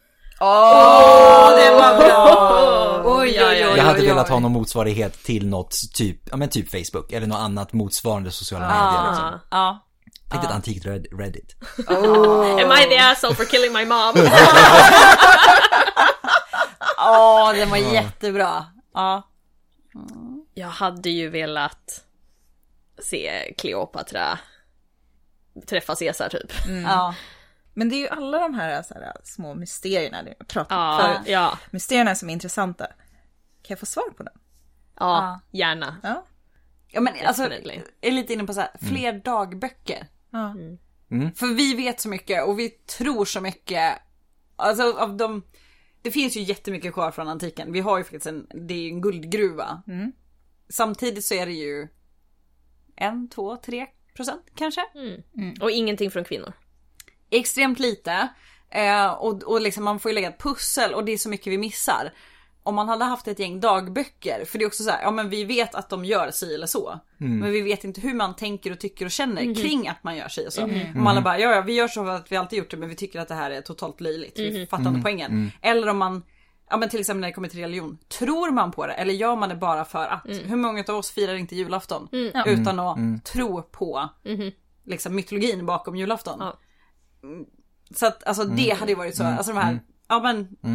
Det var bra. Oj. Jag hade velat ha någon motsvarighet till något typ Facebook eller något annat motsvarande sociala medier liksom. Tänkte ett antikt Reddit. Am I the asshole for killing my mom? Den var jättebra. Jag hade ju velat se Kleopatra träffa Caesar typ. Men det är ju alla de här, små mysterierna vi pratar om. Mysterierna som är intressanta. Kan jag få svar på dem? Ja, gärna. Ja men alltså, jag är lite inne på så här, fler dagböcker. För vi vet så mycket och vi tror så mycket. Alltså av de... Det finns ju jättemycket kvar från antiken. Vi har ju faktiskt det är ju en guldgruva. Samtidigt så är det ju 1-2-3% kanske. Och ingenting från kvinnor. Extremt lite. Och liksom man får ju lägga ett pussel och det är så mycket vi missar. Om man hade haft ett gäng dagböcker, för det är också så här, ja men vi vet att de gör sig eller så. Men vi vet inte hur man tänker och tycker och känner kring att man gör sig och så. Om alla bara, ja vi gör så för att vi alltid gjort det men vi tycker att det här är totalt löjligt. Vi fattar inte poängen. Eller om man, ja men till exempel när det kommer till religion, tror man på det eller gör man det bara för att? Hur många av oss firar inte julafton utan att tro på liksom mytologin bakom julafton? Så att alltså det hade ju varit så, alltså de här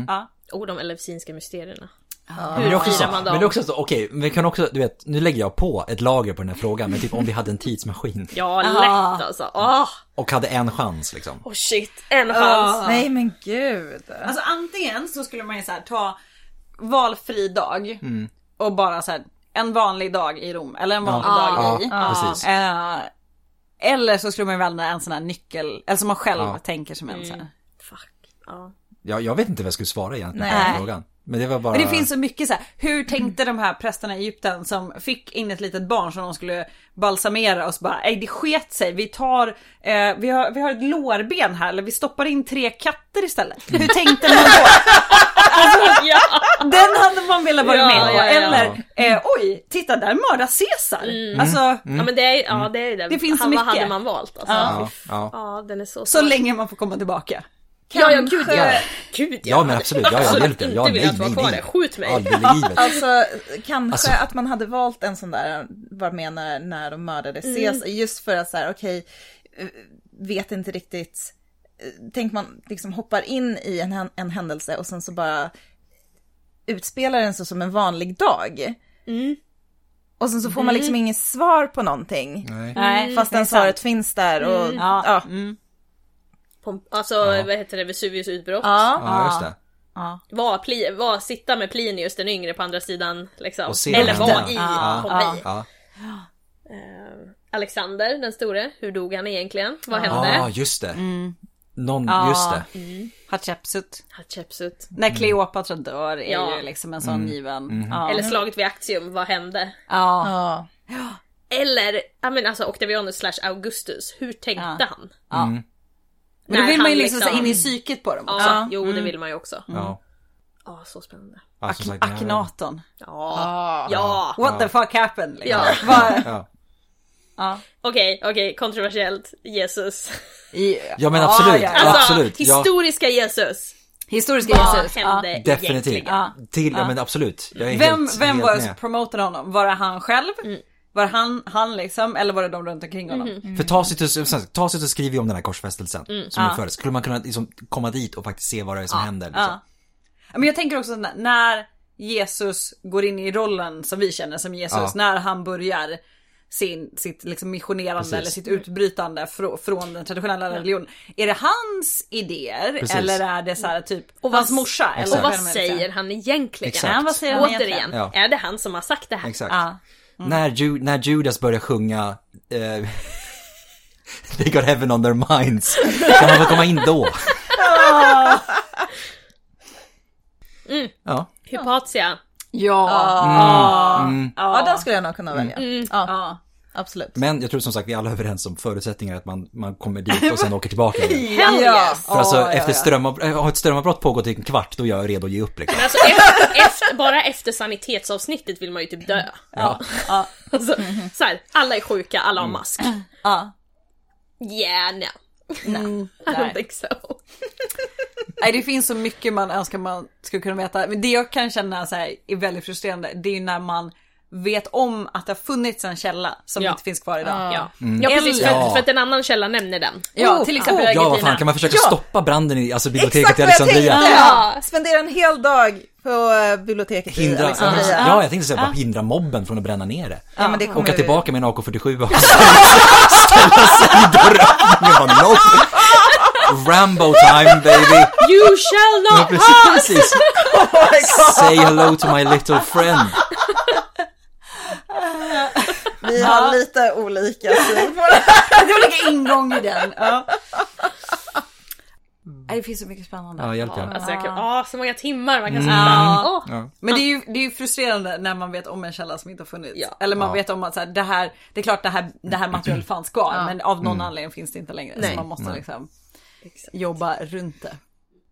De eleusinska mysterierna. Men det är också så, men det är också så, okej, vi kan också, du vet, nu lägger jag på ett lager på den här frågan, men typ om vi hade en tidsmaskin. Ja, lätt alltså. Och hade en chans liksom. Shit, en chans. Nej men gud. Alltså antingen så skulle man ju så här ta valfri dag och bara så här en vanlig dag i Rom eller en vanlig dag i. Precis. Eller så skulle man ju välja en sån här nyckel, eller som man själv tänker som en så här. Fuck. Ja, jag vet inte vad jag skulle svara egentligen på den frågan. Men det var bara... Men det finns så mycket så här. Hur tänkte de här prästerna i Egypten som fick in ett litet barn som de skulle balsamera och så bara, det sket sig. Vi tar, vi har ett lårben här, eller vi stoppar in 3 katter istället. Hur tänkte man då? Alltså, den hade man velat vara med på. Eller, oj, titta där mördas Caesar. Alltså, ja men det är det. Det finns så Vad mycket. hade man valt alltså? Ja. Den är så så länge man får komma tillbaka. Gud, Ja, men absolut. Jag vill inte. Nej. Skjut mig. Alltså, kanske att man hade valt en sån där, var med när de mördade Caesar, just för att så här, okej, vet inte riktigt, tänk man liksom hoppar in i en händelse och sen så bara utspelar den så som en vanlig dag. Och sen så får man liksom inget svar på någonting. Nej. Fast den svaret finns där och Alltså, vad heter det? Vesuvius utbrott. Ja, just det. Var sitta med Plinius den yngre på andra sidan liksom. Eller var i Pompeji. Ja. Alexander den store, hur dog han egentligen? Vad hände? Ja, just det. Just det. Hatshepsut. När Kleopatra dör är ju liksom en sån given. Eller slaget vid Actium, vad hände? Eller, alltså Octavianus / Augustus, hur tänkte han? Men då vill man ju liksom in i psyket på dem också. Jo, det vill man ju också. Så spännande. Akhenaton. Ja. What the fuck happened? Liksom. Okej, kontroversiellt. Jesus. Ja, men absolut. Absolut. Historiska Jesus. Vad hände definitivt. Men absolut. Vem var det som promotade honom? Var det han själv? Var han liksom, eller var det de runt omkring honom? För Tacitus skriver ju om den här korsfästelsen som är förut. Skulle man kunna liksom komma dit och faktiskt se vad det är som händer liksom. Men jag tänker också när Jesus går in i rollen som vi känner som Jesus, när han börjar sitt liksom missionerande eller sitt utbrytande från den traditionella religionen. Är det hans idéer eller är det så här typ och hans morsa? Eller och vad säger han egentligen? Vad säger han återigen? Är det han som har sagt det här? Exakt. När Judas börjar sjunga They got heaven on their minds, kan man väl komma in då? Hypatia. Ja, den skulle jag nog kunna välja. Absolut. Men jag tror som sagt vi är alla överens om förutsättningar att man kommer dit och sen åker tillbaka. För alltså har ett strömavbrott pågått i en kvart, då är jag redo att ge upp liksom. Men alltså bara efter sanitetsavsnittet vill man ju typ dö. Alltså, så här, alla är sjuka, alla har mask. Yeah, no. I don't think so. Nej, det finns så mycket man önskar man skulle kunna veta. Men det jag kan känna så här är väldigt frustrerande, det är ju när man vet om att det har funnits en källa som inte finns kvar idag. Ja, precis, för att en annan källa nämner den. Till exempel vad fan, kan man försöka stoppa branden i biblioteket i Alexandria? Spendera en hel dag på biblioteket i Alexandria. Ja, jag tänkte säga bara hindra mobben från att bränna ner det. Men det åka tillbaka med en AK-47 och ställa sig i dörren. Rambo time, baby. You shall not pass. Say hello to my little friend. Vi har lite olika syn på det. Det är olika ingång i den. Det finns så mycket spännande. Ja, hjälp jag. Alltså, så många timmar man kan sitta. Men det är ju frustrerande när man vet om en källa som inte har funnits. Eller man vet om att så här, det är klart det här materialet fanns kvar, men av någon anledning finns det inte längre. Så man måste liksom jobba runt det.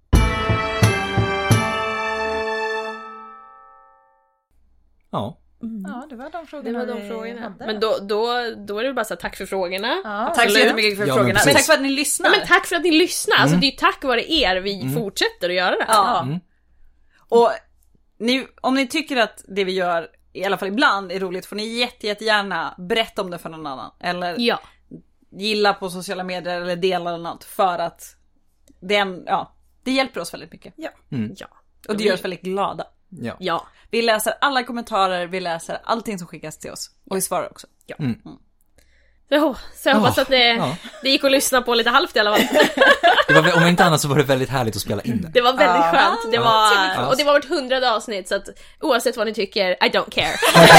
Ja. Ja, det var de frågorna. Men då är det bara så här, tack för frågorna. Tack så jättemycket för frågorna. Men tack för att ni lyssnar. Men tack för att ni lyssnar. Alltså det är tack vare er vi fortsätter att göra det här. Och om ni tycker att det vi gör i alla fall ibland är roligt, får ni jättegärna berätta om det för någon annan. Eller gilla på sociala medier eller dela eller något, för att det hjälper oss väldigt mycket. Och det gör oss väldigt glada. Ja. Vi läser alla kommentarer, vi läser allting som skickas till oss. Och vi svarar också. Ja. Så jag hoppas att det gick att lyssna på lite halvt i alla fall. Om inte annat så var det väldigt härligt att spela in det. Det var väldigt skönt. Och det var vårt 100:e avsnitt, så att oavsett vad ni tycker, I don't care.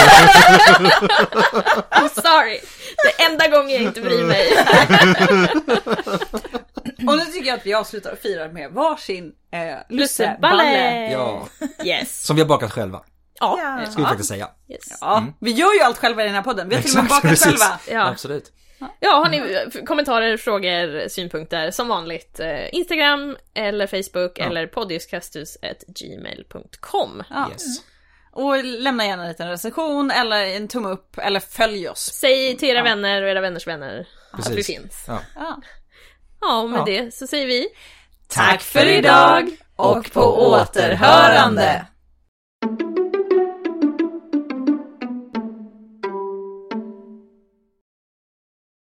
I'm sorry. Det enda gången jag inte bryr mig. Och nu tycker jag att vi avslutar och firar med varsin lusseballe. Ja. Yes. Som vi har bakat själva. Ja. Ska vi faktiskt säga. Yes. Ja, vi gör ju allt själva i den här podden. Vi har till och med bakat själva. Ja. Absolut. Ja, har ni kommentarer, frågor, synpunkter, som vanligt Instagram eller Facebook eller podiuskastus@gmail.com. Ja. Yes. Och lämna gärna en liten recension eller en tumme upp eller följ oss. Säg till era vänner och era vänners vänner att vi finns. Ja, och med det så säger vi tack för idag och på återhörande.